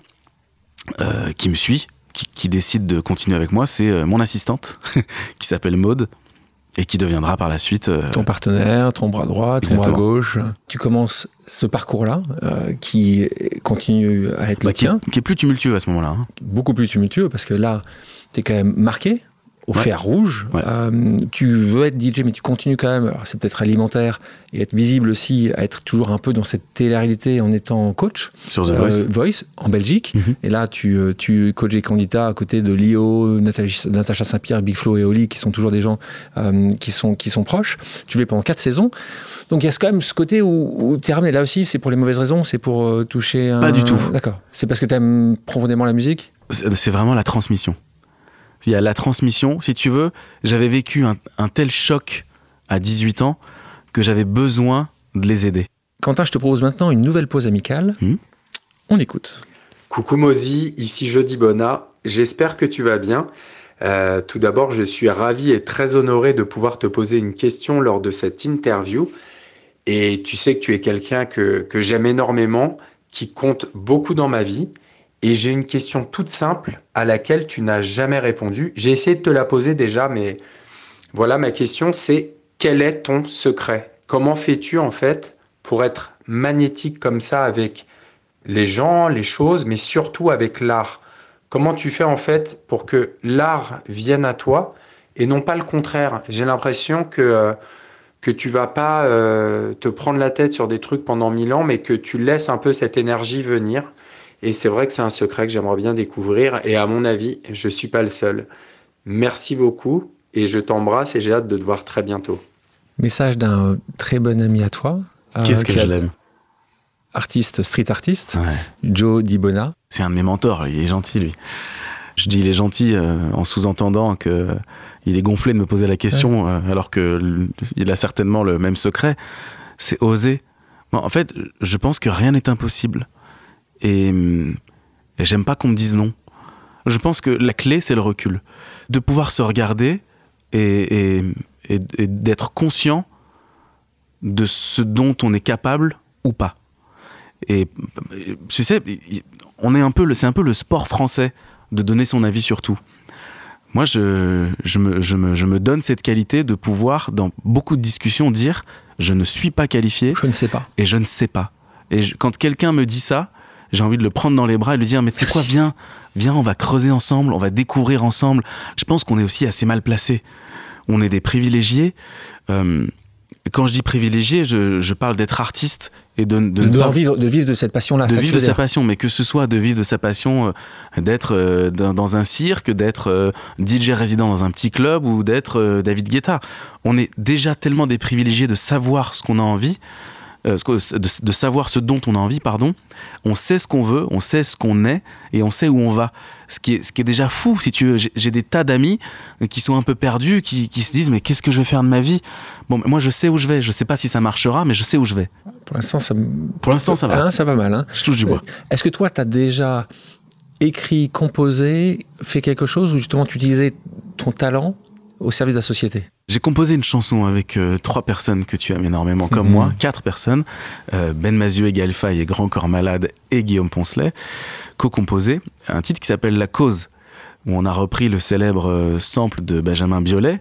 qui me suit, qui décide de continuer avec moi, c'est mon assistante qui s'appelle Maude et qui deviendra par la suite ton partenaire, ton bras droit, ton bras gauche. Tu commences ce parcours-là qui continue à être le tien. Qui est plus tumultueux à ce moment-là. Hein. Beaucoup plus tumultueux parce que là, tu es quand même marqué au fer rouge. Ouais. Tu veux être DJ, mais tu continues quand même. Alors, c'est peut-être alimentaire et être visible aussi, à être toujours un peu dans cette télé-réalité en étant coach. Sur The Voice, en Belgique. Mm-hmm. Et là, tu coaches Candida à côté de Lio, Natacha Saint-Pierre, Big Flo et Oli, qui sont toujours des gens qui sont proches. Tu l'es pendant 4 saisons. Donc il y a quand même ce côté où tu es ramené. Là aussi, c'est pour les mauvaises raisons, c'est pour toucher un... Pas du tout. D'accord. C'est parce que tu aimes profondément la musique ? C'est vraiment la transmission. Il y a la transmission, si tu veux, j'avais vécu un tel choc à 18 ans que j'avais besoin de les aider. Quentin, je te propose maintenant une nouvelle pause amicale. On écoute. Coucou Mozi, ici Jody Bona. J'espère que tu vas bien. Tout d'abord, je suis ravi et très honoré de pouvoir te poser une question lors de cette interview. Et tu sais que tu es quelqu'un que j'aime énormément, qui compte beaucoup dans ma vie. Et j'ai une question toute simple à laquelle tu n'as jamais répondu. J'ai essayé de te la poser déjà, mais voilà, ma question, c'est quel est ton secret ? Comment fais-tu en fait pour être magnétique comme ça avec les gens, les choses, mais surtout avec l'art ? Comment tu fais en fait pour que l'art vienne à toi et non pas le contraire ? J'ai l'impression que tu vas pas te prendre la tête sur des trucs pendant 1000 ans, mais que tu laisses un peu cette énergie venir. Et c'est vrai que c'est un secret que j'aimerais bien découvrir. Et à mon avis, je ne suis pas le seul. Merci beaucoup et je t'embrasse et j'ai hâte de te voir très bientôt. Message d'un très bon ami à toi. Qu'est-ce que je l'aime. Street artiste, ouais. Joe Di Bona. C'est un de mes mentors, il est gentil lui. Je dis il est gentil en sous-entendant qu'il est gonflé de me poser la question alors qu'il a certainement le même secret. C'est oser. Bon, en fait, je pense que rien n'est impossible. Et j'aime pas qu'on me dise non. Je pense que la clé, c'est le recul. De pouvoir se regarder et d'être conscient de ce dont on est capable ou pas. Et tu sais, c'est un peu le sport français de donner son avis sur tout. Moi, je me donne cette qualité de pouvoir, dans beaucoup de discussions, dire « je ne suis pas qualifié ». Je ne sais pas. Et je ne sais pas. Et quand quelqu'un me dit ça, j'ai envie de le prendre dans les bras et de lui dire mais tu sais quoi, viens, on va creuser ensemble, on va découvrir ensemble. Je pense qu'on est aussi assez mal placés. On est des privilégiés. Quand je dis privilégié, je parle d'être artiste et de vivre de cette passion-là. De vivre de sa passion, mais que ce soit de vivre de sa passion, d'être dans un cirque, d'être DJ résident dans un petit club ou d'être David Guetta. On est déjà tellement des privilégiés de savoir ce qu'on a envie. De savoir ce dont on a envie, on sait ce qu'on veut, on sait ce qu'on est et on sait où on va. Ce qui est déjà fou, si tu veux. J'ai des tas d'amis qui sont un peu perdus, qui se disent mais qu'est-ce que je vais faire de ma vie ? Bon, moi je sais où je vais, je sais pas si ça marchera, mais je sais où je vais. Pour l'instant, ça va. Ça va mal. Hein. Je touche du bois. Est-ce que toi, tu as déjà écrit, composé, fait quelque chose où justement tu utilisais ton talent au service de la société ? J'ai composé une chanson avec 3 personnes que tu aimes énormément comme moi, 4 personnes, Ben Mazieu, Gaël Faye et Grand Corps Malade et Guillaume Poncelet, co-composé, un titre qui s'appelle La Cause, où on a repris le célèbre sample de Benjamin Biolay.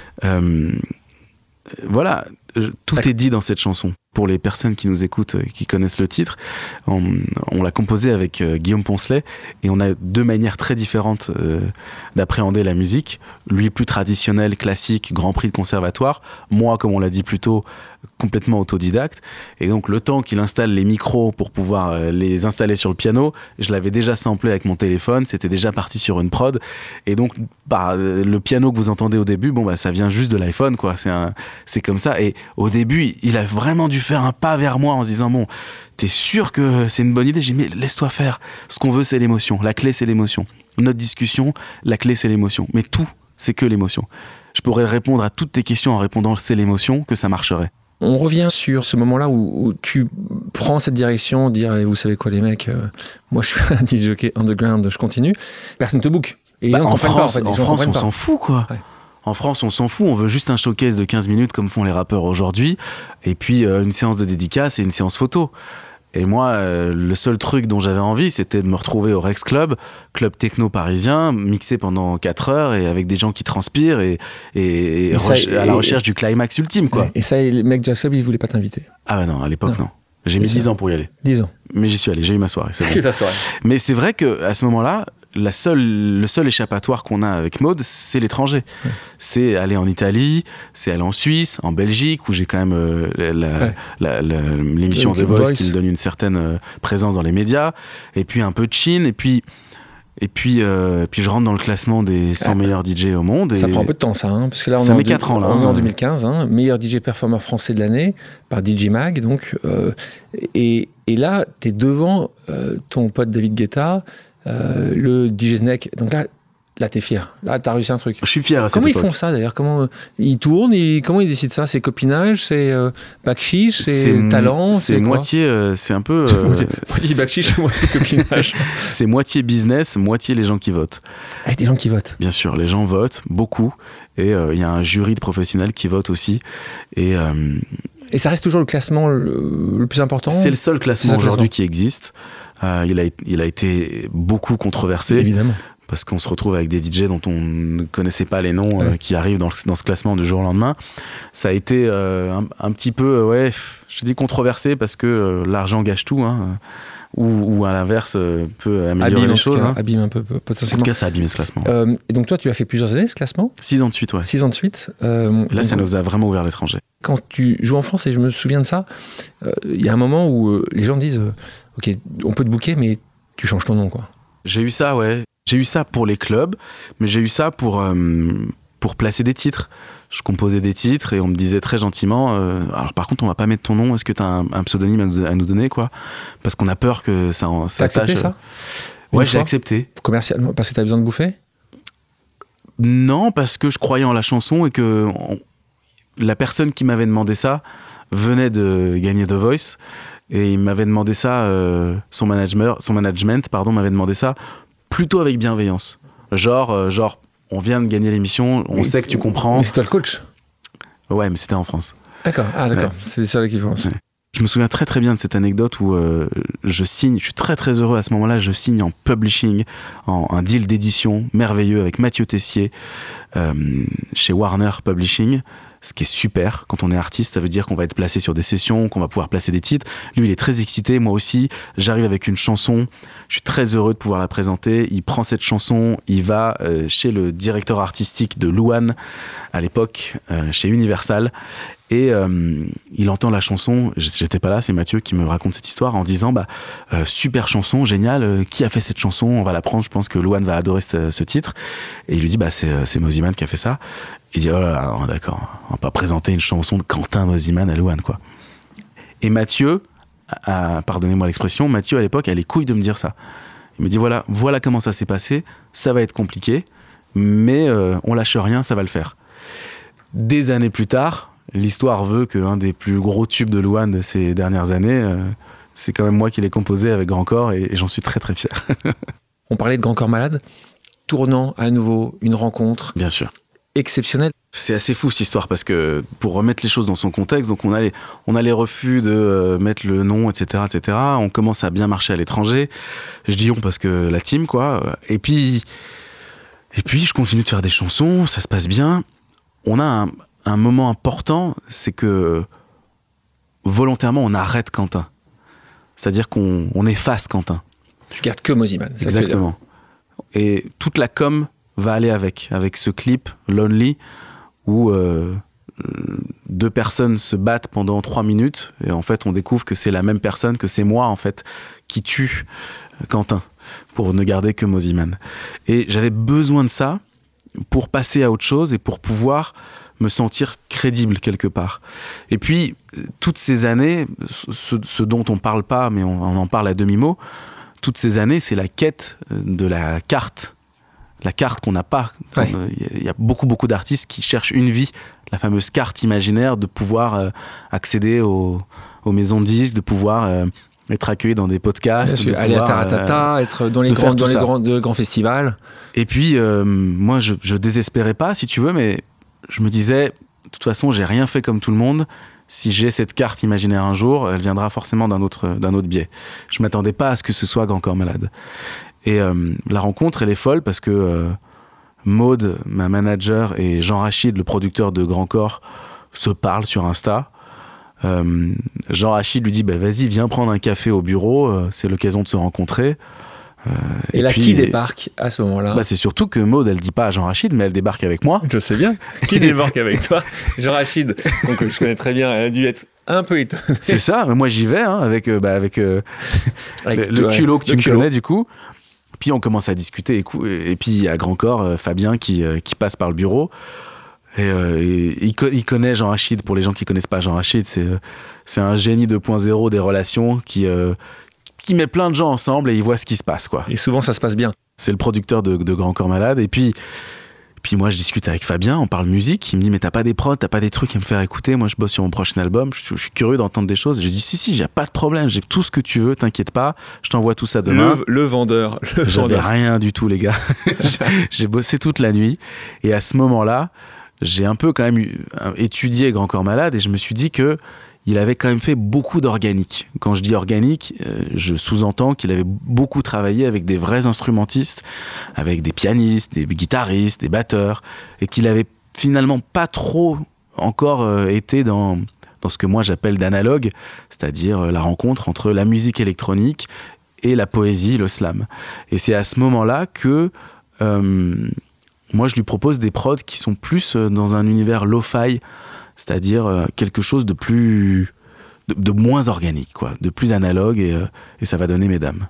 Voilà, tout est dit dans cette chanson. Pour les personnes qui nous écoutent, qui connaissent le titre, on l'a composé avec Guillaume Poncelet et on a 2 manières très différentes d'appréhender la musique. Lui, plus traditionnel, classique, Grand Prix de conservatoire. Moi, comme on l'a dit plus tôt, complètement autodidacte. Et donc, le temps qu'il installe les micros pour pouvoir les installer sur le piano, je l'avais déjà samplé avec mon téléphone, c'était déjà parti sur une prod. Et donc, le piano que vous entendez au début, ça vient juste de l'iPhone, quoi. C'est comme ça. Et au début, il a vraiment dû faire un pas vers moi en se disant bon, t'es sûr que c'est une bonne idée ? J'ai dit mais laisse-toi faire. Ce qu'on veut, c'est l'émotion. La clé, c'est l'émotion. Notre discussion, la clé, c'est l'émotion. Mais tout, c'est que l'émotion. Je pourrais répondre à toutes tes questions en répondant c'est l'émotion, que ça marcherait. On revient sur ce moment-là où tu prends cette direction, dire vous savez quoi les mecs, moi je suis un DJ underground, je continue. Personne te book. Et les gens en comprennent pas, France, en fait. Les gens on comprennent pas. s'en fout, quoi. Ouais. En France, on s'en fout. On veut juste un showcase de 15 minutes comme font les rappeurs aujourd'hui. Et puis une séance de dédicace et une séance photo. Et moi, le seul truc dont j'avais envie, c'était de me retrouver au Rex Club, club techno parisien, mixé pendant 4 heures et avec des gens qui transpirent et à la recherche du climax ultime, quoi. Ouais. Et ça, les mecs du Jazz Club, ils voulaient pas t'inviter. Ah bah non, à l'époque, non. J'ai mis 10 ans pour y aller. 10 ans. Mais j'y suis allé, j'ai eu ma soirée. C'est bon. Mais c'est vrai qu'à ce moment-là, le seul échappatoire qu'on a avec Maud, c'est l'étranger. Ouais. C'est aller en Italie, c'est aller en Suisse, en Belgique, où j'ai quand même l'émission The Voice qui me donne une certaine présence dans les médias, et puis un peu de Chine, et puis je rentre dans le classement des 100 meilleurs DJ au monde. Ça prend un peu de temps, ça, hein, parce que là, ça met 4 ans. Là, on est en 2015, hein, meilleur DJ performeur français de l'année par DJ Mag, donc, et là, t'es devant ton pote David Guetta, le DJ Snake, donc là t'es fier, là t'as réussi un truc. Je suis fier à cette Comment époque. Ils font ça d'ailleurs? Comment ils tournent, comment ils décident ça? C'est copinage, c'est backchiche, c'est talent, c'est moitié, c'est un peu moitié backchiche, moitié copinage. C'est moitié business, moitié les gens qui votent. Avec des gens qui votent. Bien sûr, les gens votent beaucoup et il y a un jury de professionnels qui votent aussi et ça reste toujours le classement le plus important. C'est le seul classement aujourd'hui qui existe. Il a été beaucoup controversé. Évidemment. Parce qu'on se retrouve avec des DJ dont on ne connaissait pas les noms qui arrivent dans ce classement du jour au lendemain. Ça a été un petit peu, je dis controversé parce que l'argent gâche tout, hein, ou à l'inverse peut améliorer les choses. Abîme un peu potentiellement. En tout cas, ça a abîmé ce classement. Et donc toi, tu as fait plusieurs années ce classement? 6 ans de suite, ouais. 6 ans de suite. Là, ça nous a vraiment ouvert l'étranger. Quand tu joues en France, et je me souviens de ça, il y a un moment où les gens disent ok, on peut te booker, mais tu changes ton nom, quoi. J'ai eu ça, ouais. J'ai eu ça pour les clubs, mais j'ai eu ça pour placer des titres. Je composais des titres et on me disait très gentiment alors par contre on va pas mettre ton nom, est-ce que tu as un pseudonyme à nous donner, quoi, parce qu'on a peur que ça T'as accepté ça? Ouais, j'ai accepté. Commercialement, parce que t'as besoin de bouffer? Non, parce que je croyais en la chanson et que la personne qui m'avait demandé ça venait de gagner The Voice et il m'avait demandé ça, son management m'avait demandé ça plutôt avec bienveillance. Genre, on vient de gagner l'émission, on sait que tu comprends. Mais c'est toi le coach? Ouais, mais c'était en France. D'accord, ouais. C'est ça qui France. Ouais. Je me souviens très très bien de cette anecdote où je suis très très heureux à ce moment-là, je signe en publishing, un deal d'édition merveilleux avec Mathieu Tessier chez Warner Publishing. Ce qui est super quand on est artiste, ça veut dire qu'on va être placé sur des sessions, qu'on va pouvoir placer des titres. Lui, il est très excité, moi aussi. J'arrive avec une chanson, je suis très heureux de pouvoir la présenter. Il prend cette chanson, il va chez le directeur artistique de Luan à l'époque, chez Universal, et il entend la chanson. J'étais pas là, c'est Mathieu qui me raconte cette histoire en disant super chanson, génial, qui a fait cette chanson, on va la prendre, je pense que Luan va adorer ce titre. Et il lui dit c'est Mosiman qui a fait ça. Il dit, oh là là, d'accord, on va pas présenter une chanson de Quentin Mosiman à Luan, quoi. Et Mathieu, pardonnez-moi l'expression, Mathieu à l'époque a les couilles de me dire ça. Il me dit, voilà comment ça s'est passé, ça va être compliqué, mais on lâche rien, ça va le faire. Des années plus tard, l'histoire veut qu'un des plus gros tubes de Luan de ces dernières années, c'est quand même moi qui l'ai composé avec Grand Corps, et j'en suis très très fier. On parlait de Grand Corps Malade, tournant à nouveau une rencontre. Bien sûr. Exceptionnel. C'est assez fou cette histoire parce que pour remettre les choses dans son contexte, donc on a les refus de mettre le nom, etc., etc. On commence à bien marcher à l'étranger. Je dis on parce que la team, quoi. Et puis je continue de faire des chansons, ça se passe bien. On a un moment important, c'est que volontairement on arrête Quentin. C'est-à-dire qu'on efface Quentin. Tu gardes que Mosiman. Exactement. Et toute la com va aller avec ce clip Lonely où 2 personnes se battent pendant 3 minutes et en fait on découvre que c'est la même personne, que c'est moi en fait qui tue Quentin pour ne garder que Mosiman. Et j'avais besoin de ça pour passer à autre chose et pour pouvoir me sentir crédible quelque part. Et puis toutes ces années, ce dont on parle pas mais on en parle à demi-mot, toutes ces années c'est la quête de la carte qu'on n'a pas. Ouais. Il y a beaucoup d'artistes qui cherchent une vie, la fameuse carte imaginaire de pouvoir accéder aux maisons de disques, de pouvoir être accueilli dans des podcasts, aller à Taratata, être dans les grands festivals. Et puis moi je désespérais pas, si tu veux, mais je me disais, de toute façon j'ai rien fait comme tout le monde. Si j'ai cette carte imaginaire un jour, elle viendra forcément d'un autre biais. Je m'attendais pas à ce que ce soit Grand Corps Malade. Et la rencontre, elle est folle parce que Maud, ma manager, et Jean Rachid, le producteur de Grand Corps, se parlent sur Insta. Jean Rachid lui dit vas-y, viens prendre un café au bureau, c'est l'occasion de se rencontrer. Et là, puis, qui débarque à ce moment-là? C'est surtout que Maud, elle dit pas à Jean Rachid, mais elle débarque avec moi. Je sais bien. Qui débarque avec toi? Jean Rachid, donc je connais très bien, elle a dû être un peu étonnée. C'est ça, mais moi j'y vais avec le culot que tu me connais du coup. Puis on commence à discuter et puis il y a Grand Corps, Fabien qui passe par le bureau. Et il connaît Jean Rachid. Pour les gens qui connaissent pas Jean Rachid, c'est un génie 2.0 des relations qui met plein de gens ensemble et il voit ce qui se passe, quoi. Et souvent ça se passe bien. C'est le producteur de Grand Corps Malade. Et puis moi je discute avec Fabien, on parle musique. Il me dit mais t'as pas des prods, t'as pas des trucs à me faire écouter? Moi je bosse sur mon prochain album, je suis curieux d'entendre des choses. J'ai dit si, j'ai pas de problème, j'ai tout ce que tu veux, t'inquiète pas, je t'envoie tout ça demain. Le vendeur. J'avais rien du tout, les gars. J'ai bossé toute la nuit et à ce moment-là j'ai un peu quand même étudié Grand Corps Malade et je me suis dit que il avait quand même fait beaucoup d'organique. Quand je dis organique, je sous-entends qu'il avait beaucoup travaillé avec des vrais instrumentistes, avec des pianistes, des guitaristes, des batteurs, et qu'il avait finalement pas trop encore été dans ce que moi j'appelle d'analogue, c'est-à-dire la rencontre entre la musique électronique et la poésie, le slam. Et c'est à ce moment-là que moi je lui propose des prods qui sont plus dans un univers lo-fi, c'est-à-dire quelque chose de moins organique, quoi, de plus analogue, et ça va donner Mesdames.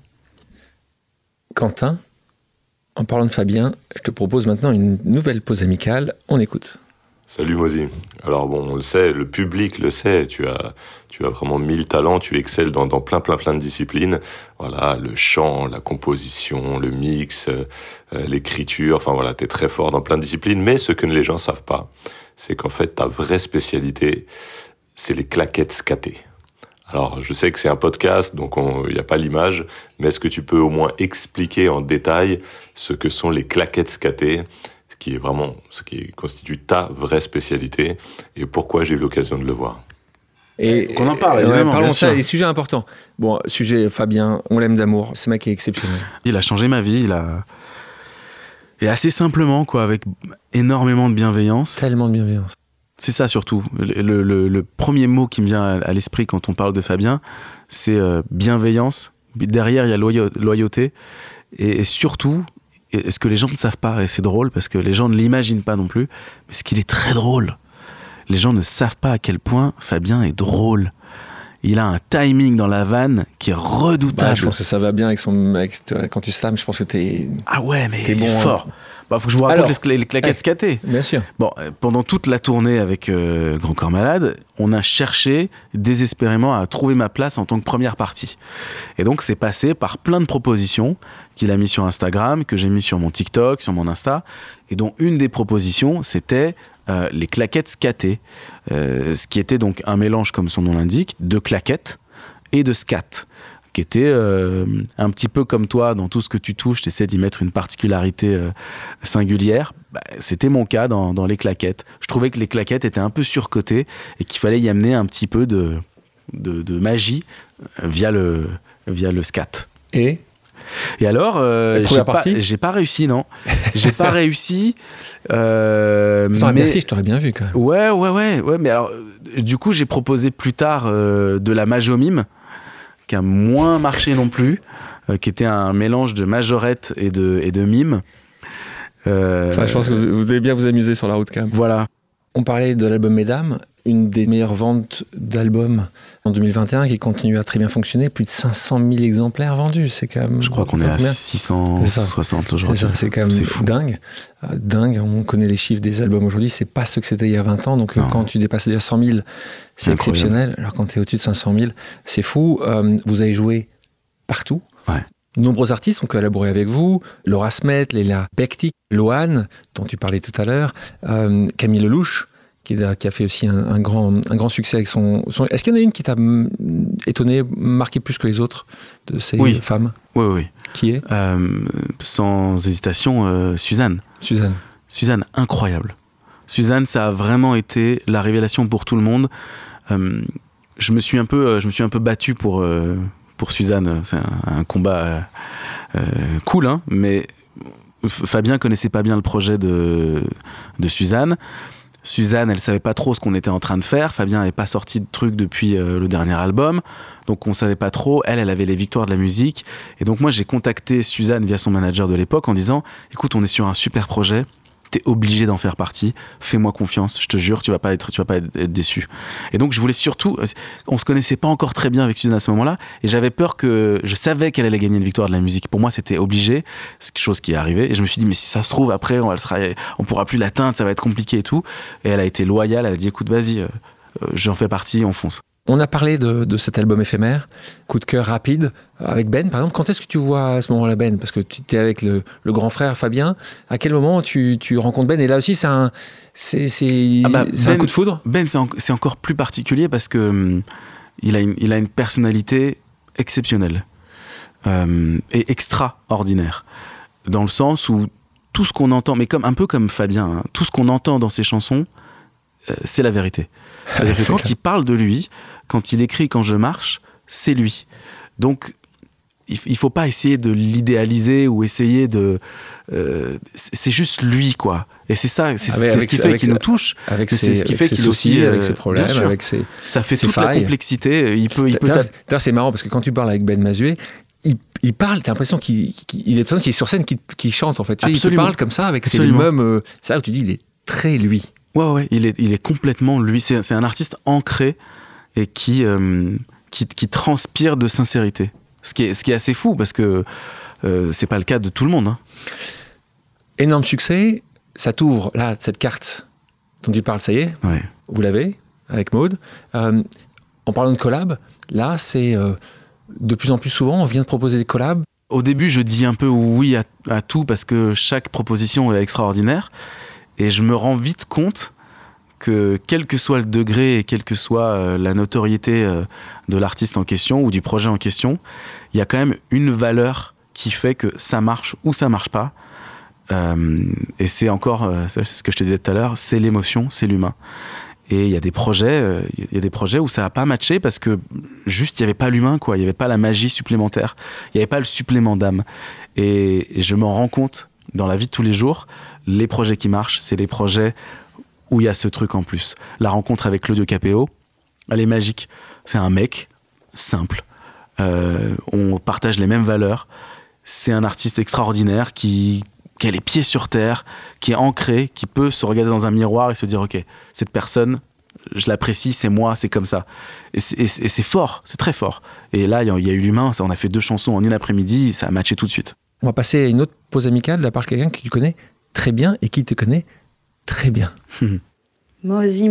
Quentin, en parlant de Fabien, je te propose maintenant une nouvelle pause amicale. On écoute. Salut Mozy. Alors bon, on le sait, le public le sait, tu as vraiment 1000 talents, tu excelles dans plein de disciplines. Voilà, le chant, la composition, le mix, l'écriture, enfin voilà, t'es très fort dans plein de disciplines, mais ce que les gens savent pas, c'est qu'en fait, ta vraie spécialité, c'est les claquettes scatées. Alors, je sais que c'est un podcast, donc il n'y a pas l'image, mais est-ce que tu peux au moins expliquer en détail ce que sont les claquettes scatées, ce qui constitue ta vraie spécialité, et pourquoi j'ai eu l'occasion de le voir? Et qu'on en parle, évidemment. Parlons de ça, des sujets importants. Bon, sujet Fabien, on l'aime d'amour, ce mec est exceptionnel. Il a changé ma vie, et assez simplement, quoi, avec énormément de bienveillance. Tellement de bienveillance. C'est ça surtout. Le premier mot qui me vient à l'esprit quand on parle de Fabien, c'est bienveillance. Derrière, il y a loyauté. Et surtout, ce que les gens ne savent pas, et c'est drôle parce que les gens ne l'imaginent pas non plus, mais ce qu'il est très drôle. Les gens ne savent pas à quel point Fabien est drôle. Il a un timing dans la vanne qui est redoutable. Je pense que ça va bien avec quand tu slams, je pense que t'es... Ah ouais, mais t'es il est bon, fort. Faut que je vous raconte les claquettes scatées. Bien sûr. Bon, pendant toute la tournée avec Grand Corps Malade, on a cherché désespérément à trouver ma place en tant que première partie. Et donc, c'est passé par plein de propositions qu'il a mis sur Instagram, que j'ai mis sur mon TikTok, sur mon Insta, et dont une des propositions, c'était les claquettes scatées. Ce qui était donc un mélange, comme son nom l'indique, de claquettes et de scat, qui était un petit peu comme toi, dans tout ce que tu touches, tu essaies d'y mettre une particularité singulière. C'était mon cas dans les claquettes. Je trouvais que les claquettes étaient un peu surcotées et qu'il fallait y amener un petit peu de magie via le scat. Et alors, j'ai pas réussi, non. J'ai pas réussi. Merci, je t'aurais bien vu quand même. Ouais, mais alors, du coup, j'ai proposé plus tard de la majomime, qui a moins marché non plus, qui était un mélange de majorette et de mime. Je pense que vous devez bien vous amuser sur la route quand même. Voilà. On parlait de l'album Mesdames, une des meilleures ventes d'albums en 2021 qui continue à très bien fonctionner, plus de 500 000 exemplaires vendus, c'est quand même... Je crois qu'on est à 660 aujourd'hui. C'est quand même fou. Dingue, on connaît les chiffres des albums aujourd'hui, c'est pas ce que c'était il y a 20 ans, donc quand tu dépasses déjà 100 000, c'est exceptionnel, alors quand tu es au-dessus de 500 000, c'est fou. Vous avez joué partout. Ouais. Nombreux artistes ont collaboré avec vous, Laura Smet, Léla Becti, Loane, dont tu parlais tout à l'heure, Camille Lelouch, qui a fait aussi un grand succès avec son... Est-ce qu'il y en a une qui t'a étonné, marqué plus que les autres de ces femmes ? Oui. Qui est ? Sans hésitation, Suzanne. Suzanne, incroyable. Suzanne, ça a vraiment été la révélation pour tout le monde. Je me suis un peu battu pour Suzanne. C'est un combat cool, hein, mais Fabien connaissait pas bien le projet de Suzanne. Suzanne, elle savait pas trop ce qu'on était en train de faire. Fabien n'avait pas sorti de truc depuis le dernier album, donc on savait pas trop. Elle avait les victoires de la musique, et donc moi j'ai contacté Suzanne via son manager de l'époque en disant écoute, on est sur un super projet, t'es obligé d'en faire partie, fais-moi confiance, je te jure, tu vas pas être déçu. Et donc je voulais surtout, on se connaissait pas encore très bien avec Suzanne à ce moment-là, et j'avais peur je savais qu'elle allait gagner une victoire de la musique. Pour moi c'était obligé, c'est quelque chose qui est arrivé, et je me suis dit mais si ça se trouve après on pourra plus l'atteindre, ça va être compliqué et tout. Et elle a été loyale, elle a dit écoute vas-y, j'en fais partie, on fonce. On a parlé de cet album éphémère, coup de cœur rapide, avec Ben par exemple. Quand est-ce que tu vois à ce moment-là Ben ? Parce que tu es avec le grand frère Fabien. À quel moment tu rencontres Ben ? Et là aussi, c'est un coup de foudre ? Ben, c'est encore plus particulier parce que il a une personnalité exceptionnelle et extraordinaire. Dans le sens où tout ce qu'on entend, mais un peu comme Fabien, hein, tout ce qu'on entend dans ses chansons, c'est la vérité. C'est-à-dire que quand il parle de lui, quand il écrit « Quand je marche », c'est lui. Donc, il faut pas essayer de l'idéaliser ou essayer de... c'est juste lui, quoi. Et c'est ça, c'est ce qui fait qu'il nous touche. C'est ce qui fait qu'il aussi... Avec ses problèmes, avec ça fait toute failles. La complexité. D'ailleurs, c'est marrant, parce que quand tu parles avec Ben Mazué, il parle, t'as l'impression qu'il est sur scène, qu'il chante, en fait. Il te parle comme ça, avec ses mêmes... c'est là où tu dis, il est très lui. Ouais, il est complètement lui. C'est un artiste ancré et qui transpire de sincérité. Ce qui est assez fou parce que c'est pas le cas de tout le monde. Hein. Énorme succès, ça t'ouvre là cette carte dont tu parles, ça y est. Ouais. Vous l'avez avec Maud. En parlant de collab, là c'est de plus en plus souvent on vient de proposer des collabs. Au début, je dis un peu oui à tout parce que chaque proposition est extraordinaire. Et je me rends vite compte que quel que soit le degré et quelle que soit la notoriété de l'artiste en question ou du projet en question, il y a quand même une valeur qui fait que ça marche ou ça marche pas. Et c'est encore, c'est ce que je te disais tout à l'heure, c'est l'émotion, c'est l'humain. Et il y a des projets où ça n'a pas matché parce que juste il n'y avait pas l'humain, quoi. Il n'y avait pas la magie supplémentaire. Il n'y avait pas le supplément d'âme. Et je m'en rends compte dans la vie de tous les jours. Les projets qui marchent, c'est les projets où il y a ce truc en plus. La rencontre avec Claudio Capéo, elle est magique. C'est un mec simple. On partage les mêmes valeurs. C'est un artiste extraordinaire qui a les pieds sur terre, qui est ancré, qui peut se regarder dans un miroir et se dire « Ok, cette personne, je l'apprécie, c'est moi, c'est comme ça. » Et c'est fort, c'est très fort. Et là, il y a eu l'humain, on a fait 2 chansons en une après-midi, ça a matché tout de suite. On va passer à une autre pause amicale de la part de quelqu'un que tu connais très bien et qui te connaît très bien. Mozi.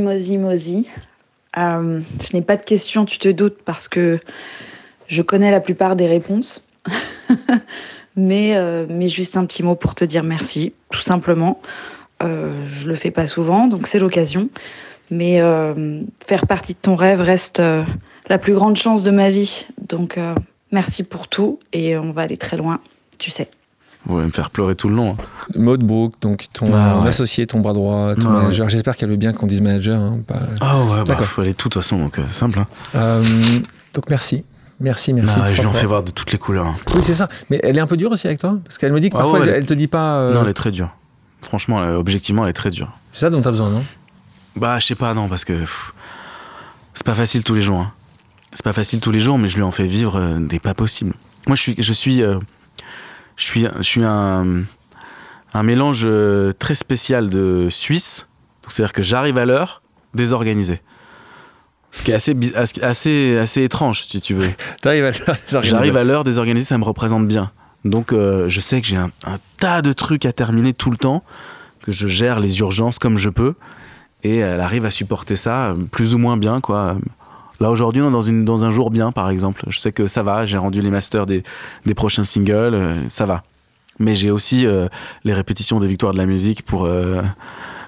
Je n'ai pas de questions, tu te doutes, parce que je connais la plupart des réponses. mais juste un petit mot pour te dire merci, tout simplement. Je le fais pas souvent, donc c'est l'occasion. Mais faire partie de ton rêve reste la plus grande chance de ma vie. Donc merci pour tout et on va aller très loin, tu sais. Vous allez me faire pleurer tout le long. Hein. Maud Brook, donc ton associé, ton bras droit, ton manager. Ouais. J'espère qu'elle veut bien qu'on dise manager. Hein, pas... il faut aller tout de toute façon, donc simple. Hein. Donc merci. Merci. Je lui en fais voir de toutes les couleurs. Hein. Oui, c'est ça. Mais elle est un peu dure aussi avec toi ? Parce qu'elle me dit que parfois elle te dit pas... Non, elle est très dure. Franchement, objectivement, elle est très dure. C'est ça dont t'as besoin, non ? Je sais pas, non, parce que c'est pas facile tous les jours. Hein. C'est pas facile tous les jours, mais je lui en fais vivre des pas possibles. Moi, je suis un mélange très spécial de Suisse. C'est-à-dire que j'arrive à l'heure désorganisé. Ce qui est assez étrange, si tu veux. T'arrives à l'heure désorganisé. J'arrive à l'heure désorganisé, ça me représente bien. Donc je sais que j'ai un tas de trucs à terminer tout le temps, que je gère les urgences comme je peux, et elle arrive à supporter ça plus ou moins bien, quoi. Là aujourd'hui, on est dans un jour bien, par exemple. Je sais que ça va, j'ai rendu les masters des prochains singles, ça va. Mais j'ai aussi les répétitions des victoires de la musique pour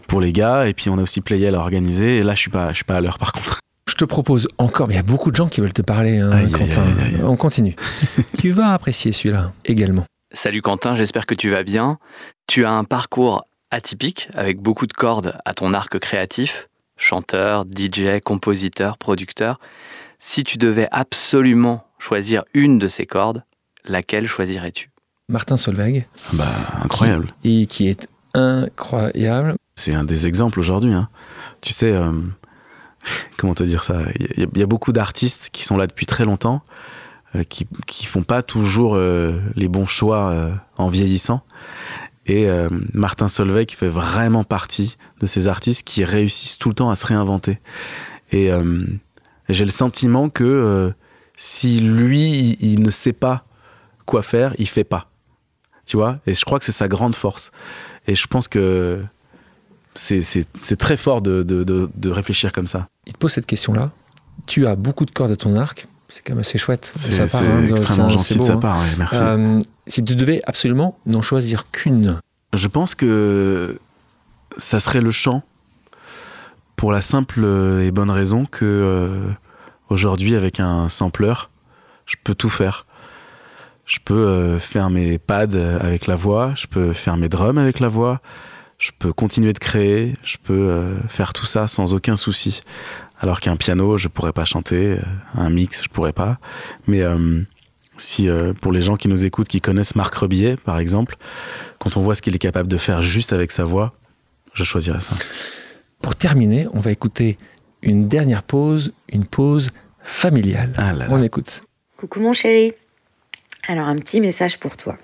pour les gars. Et puis on a aussi Playel à organiser. Et là, je suis pas à l'heure par contre. Je te propose encore, mais il y a beaucoup de gens qui veulent te parler, Quentin. Aïe. On continue. Tu vas apprécier celui-là également. Salut Quentin, j'espère que tu vas bien. Tu as un parcours atypique avec beaucoup de cordes à ton arc créatif. Chanteur, DJ, compositeur, producteur. Si tu devais absolument choisir une de ces cordes, laquelle choisirais-tu ? Martin Solveig. Incroyable. Qui est incroyable. C'est un des exemples aujourd'hui. Hein. Tu sais, comment te dire ça ? Il y a beaucoup d'artistes qui sont là depuis très longtemps, qui font pas toujours les bons choix en vieillissant. Et Martin Solveig fait vraiment partie de ces artistes qui réussissent tout le temps à se réinventer. Et j'ai le sentiment que si lui, il ne sait pas quoi faire, il fait pas. Tu vois ? Et je crois que c'est sa grande force. Et je pense que c'est très fort de réfléchir comme ça. Il te pose cette question-là. Tu as beaucoup de cordes à ton arc. C'est quand même assez chouette. C'est extrêmement gentil de sa part. Ouais, merci. Si tu devais absolument n'en choisir qu'une. Je pense que ça serait le chant, pour la simple et bonne raison que aujourd'hui, avec un sampler, je peux tout faire. Je peux faire mes pads avec la voix, je peux faire mes drums avec la voix, je peux continuer de créer, je peux faire tout ça sans aucun souci. Alors qu'un piano, je pourrais pas chanter, un mix, je pourrais pas. Mais si pour les gens qui nous écoutent, qui connaissent Marc Rebillet, par exemple, quand on voit ce qu'il est capable de faire juste avec sa voix, je choisirais ça. Pour terminer, on va écouter une dernière pause, une pause familiale. Ah là là. On écoute. Coucou mon chéri. Alors un petit message pour toi.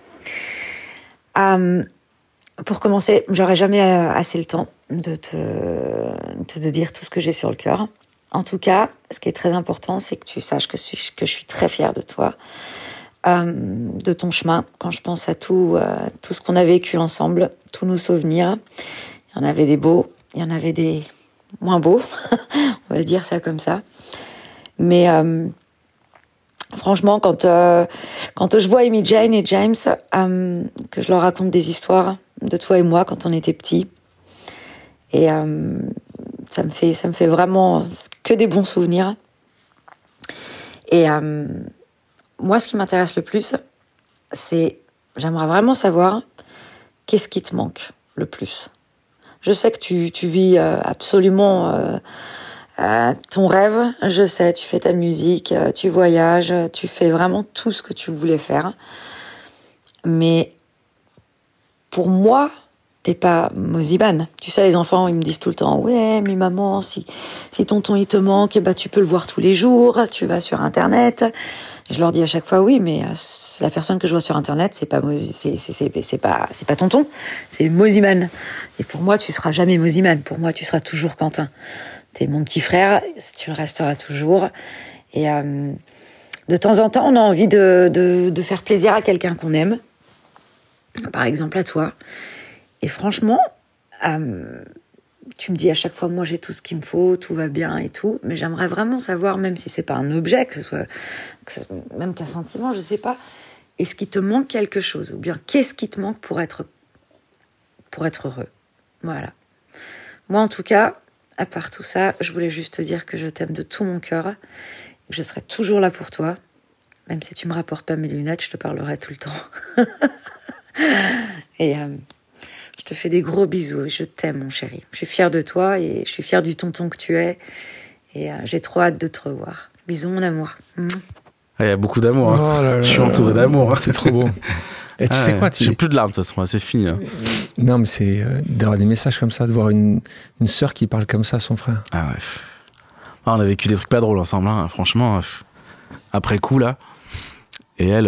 Pour commencer, j'aurai jamais assez le temps de te dire tout ce que j'ai sur le cœur. En tout cas, ce qui est très important, c'est que tu saches que je suis très fière de toi, de ton chemin. Quand je pense à tout ce qu'on a vécu ensemble, tous nos souvenirs, il y en avait des beaux, il y en avait des moins beaux, on va dire ça comme ça. Mais franchement, quand je vois Amy Jane et James, que je leur raconte des histoires de toi et moi quand on était petits, et ça me fait vraiment que des bons souvenirs. Et moi, ce qui m'intéresse le plus, c'est, j'aimerais vraiment savoir qu'est-ce qui te manque le plus. Je sais que tu vis absolument ton rêve, je sais, tu fais ta musique, tu voyages, tu fais vraiment tout ce que tu voulais faire. Mais pour moi, t'es pas Mosiban. Tu sais, les enfants, ils me disent tout le temps, ouais, mais maman, si tonton il te manque, bah tu peux le voir tous les jours, tu vas sur Internet. Je leur dis à chaque fois, oui, mais la personne que je vois sur Internet, c'est pas tonton, c'est Mosiman. Et pour moi, tu seras jamais Mosiman. Pour moi, tu seras toujours Quentin. T'es mon petit frère, tu le resteras toujours. Et de temps en temps, on a envie de faire plaisir à quelqu'un qu'on aime. Par exemple, à toi. Et franchement, tu me dis à chaque fois, moi j'ai tout ce qu'il me faut, tout va bien et tout, mais j'aimerais vraiment savoir, même si c'est pas un objet, même qu'un sentiment, je sais pas, est-ce qu'il te manque quelque chose, ou bien qu'est-ce qui te manque pour être heureux. Voilà. Moi en tout cas, à part tout ça, je voulais juste te dire que je t'aime de tout mon cœur, que je serai toujours là pour toi, même si tu me rapportes pas mes lunettes, je te parlerai tout le temps. Et je te fais des gros bisous et je t'aime, mon chéri. Je suis fière de toi et je suis fière du tonton que tu es. Et j'ai trop hâte de te revoir. Bisous, mon amour. Il y a beaucoup d'amour. Hein. Oh là là, je suis entouré d'amour. C'est trop beau. Et tu sais quoi, j'ai plus de larmes de toute façon, c'est fini. Hein. Non, mais c'est d'avoir des messages comme ça, de voir une sœur qui parle comme ça à son frère. Ah ouais. On a vécu des trucs pas drôles ensemble, hein. Franchement. Après coup, là. Et elle,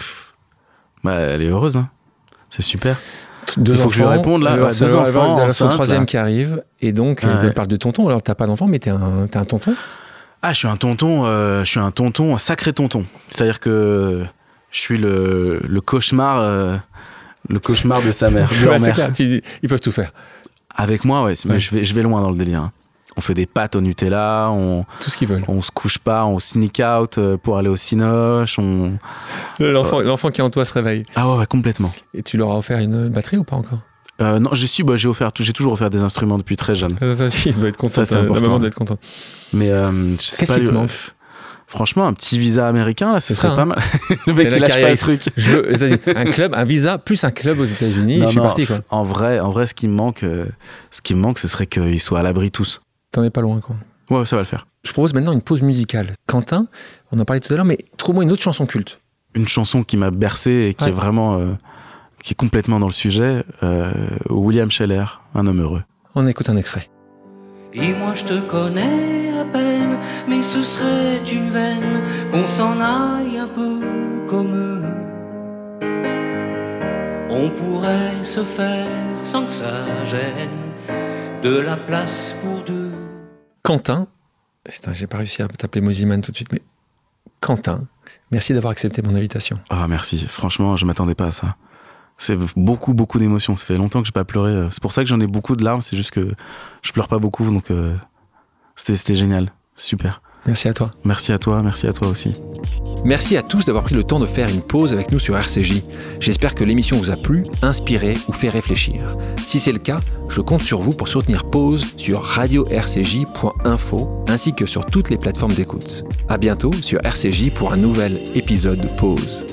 elle est heureuse. Hein. C'est super. Il faut que je lui réponde là. Deux enfants, il y a son troisième qui arrive. Et donc, elle parle de tonton. Alors, t'as pas d'enfant, mais t'es un tonton. Ah, je suis un tonton, un sacré tonton. C'est-à-dire que je suis le cauchemar de sa mère. Ouais, c'est clair, ils peuvent tout faire. Avec moi, ouais. Mais je vais loin dans le délire. Hein. On fait des pâtes au Nutella, tout ce qu'ils veulent. On se couche pas, on sneak out pour aller au Cinoche. L'enfant qui est en toi se réveille. Ah ouais, complètement. Et tu leur as offert une batterie ou pas encore ? Non, j'ai toujours offert des instruments depuis très jeune. Il doit être content. Ça, c'est important. La maman doit être contente. Mais je sais Qu'est-ce pas. qui te manque ? Franchement, un petit visa américain, là, ce serait ça, pas mal. Le mec, il lâche pas le truc. Un club, un visa plus un club aux États-Unis. Je suis parti, quoi. En vrai, ce qui me manque, ce serait qu'ils soient à l'abri tous. T'en es pas loin, quoi. Ouais, ça va le faire. Je propose maintenant une pause musicale. Quentin, on en parlait tout à l'heure, mais trouve-moi une autre chanson culte. Une chanson qui m'a bercé et qui est vraiment, qui est complètement dans le sujet. William Scheller, Un homme heureux. On écoute un extrait. Et moi je te connais à peine, mais ce serait une veine qu'on s'en aille un peu comme eux. On pourrait se faire sans que ça gêne de la place pour deux. Quentin, putain, j'ai pas réussi à t'appeler Mosiman tout de suite, mais Quentin, merci d'avoir accepté mon invitation. Ah merci, franchement, je m'attendais pas à ça. C'est beaucoup d'émotions. Ça fait longtemps que j'ai pas pleuré. C'est pour ça que j'en ai beaucoup de larmes. C'est juste que je pleure pas beaucoup, donc c'était génial, super. Merci à toi. Merci à toi aussi. Merci à tous d'avoir pris le temps de faire une pause avec nous sur RCJ. J'espère que l'émission vous a plu, inspiré ou fait réfléchir. Si c'est le cas, je compte sur vous pour soutenir Pause sur radio-rcj.info ainsi que sur toutes les plateformes d'écoute. À bientôt sur RCJ pour un nouvel épisode de Pause.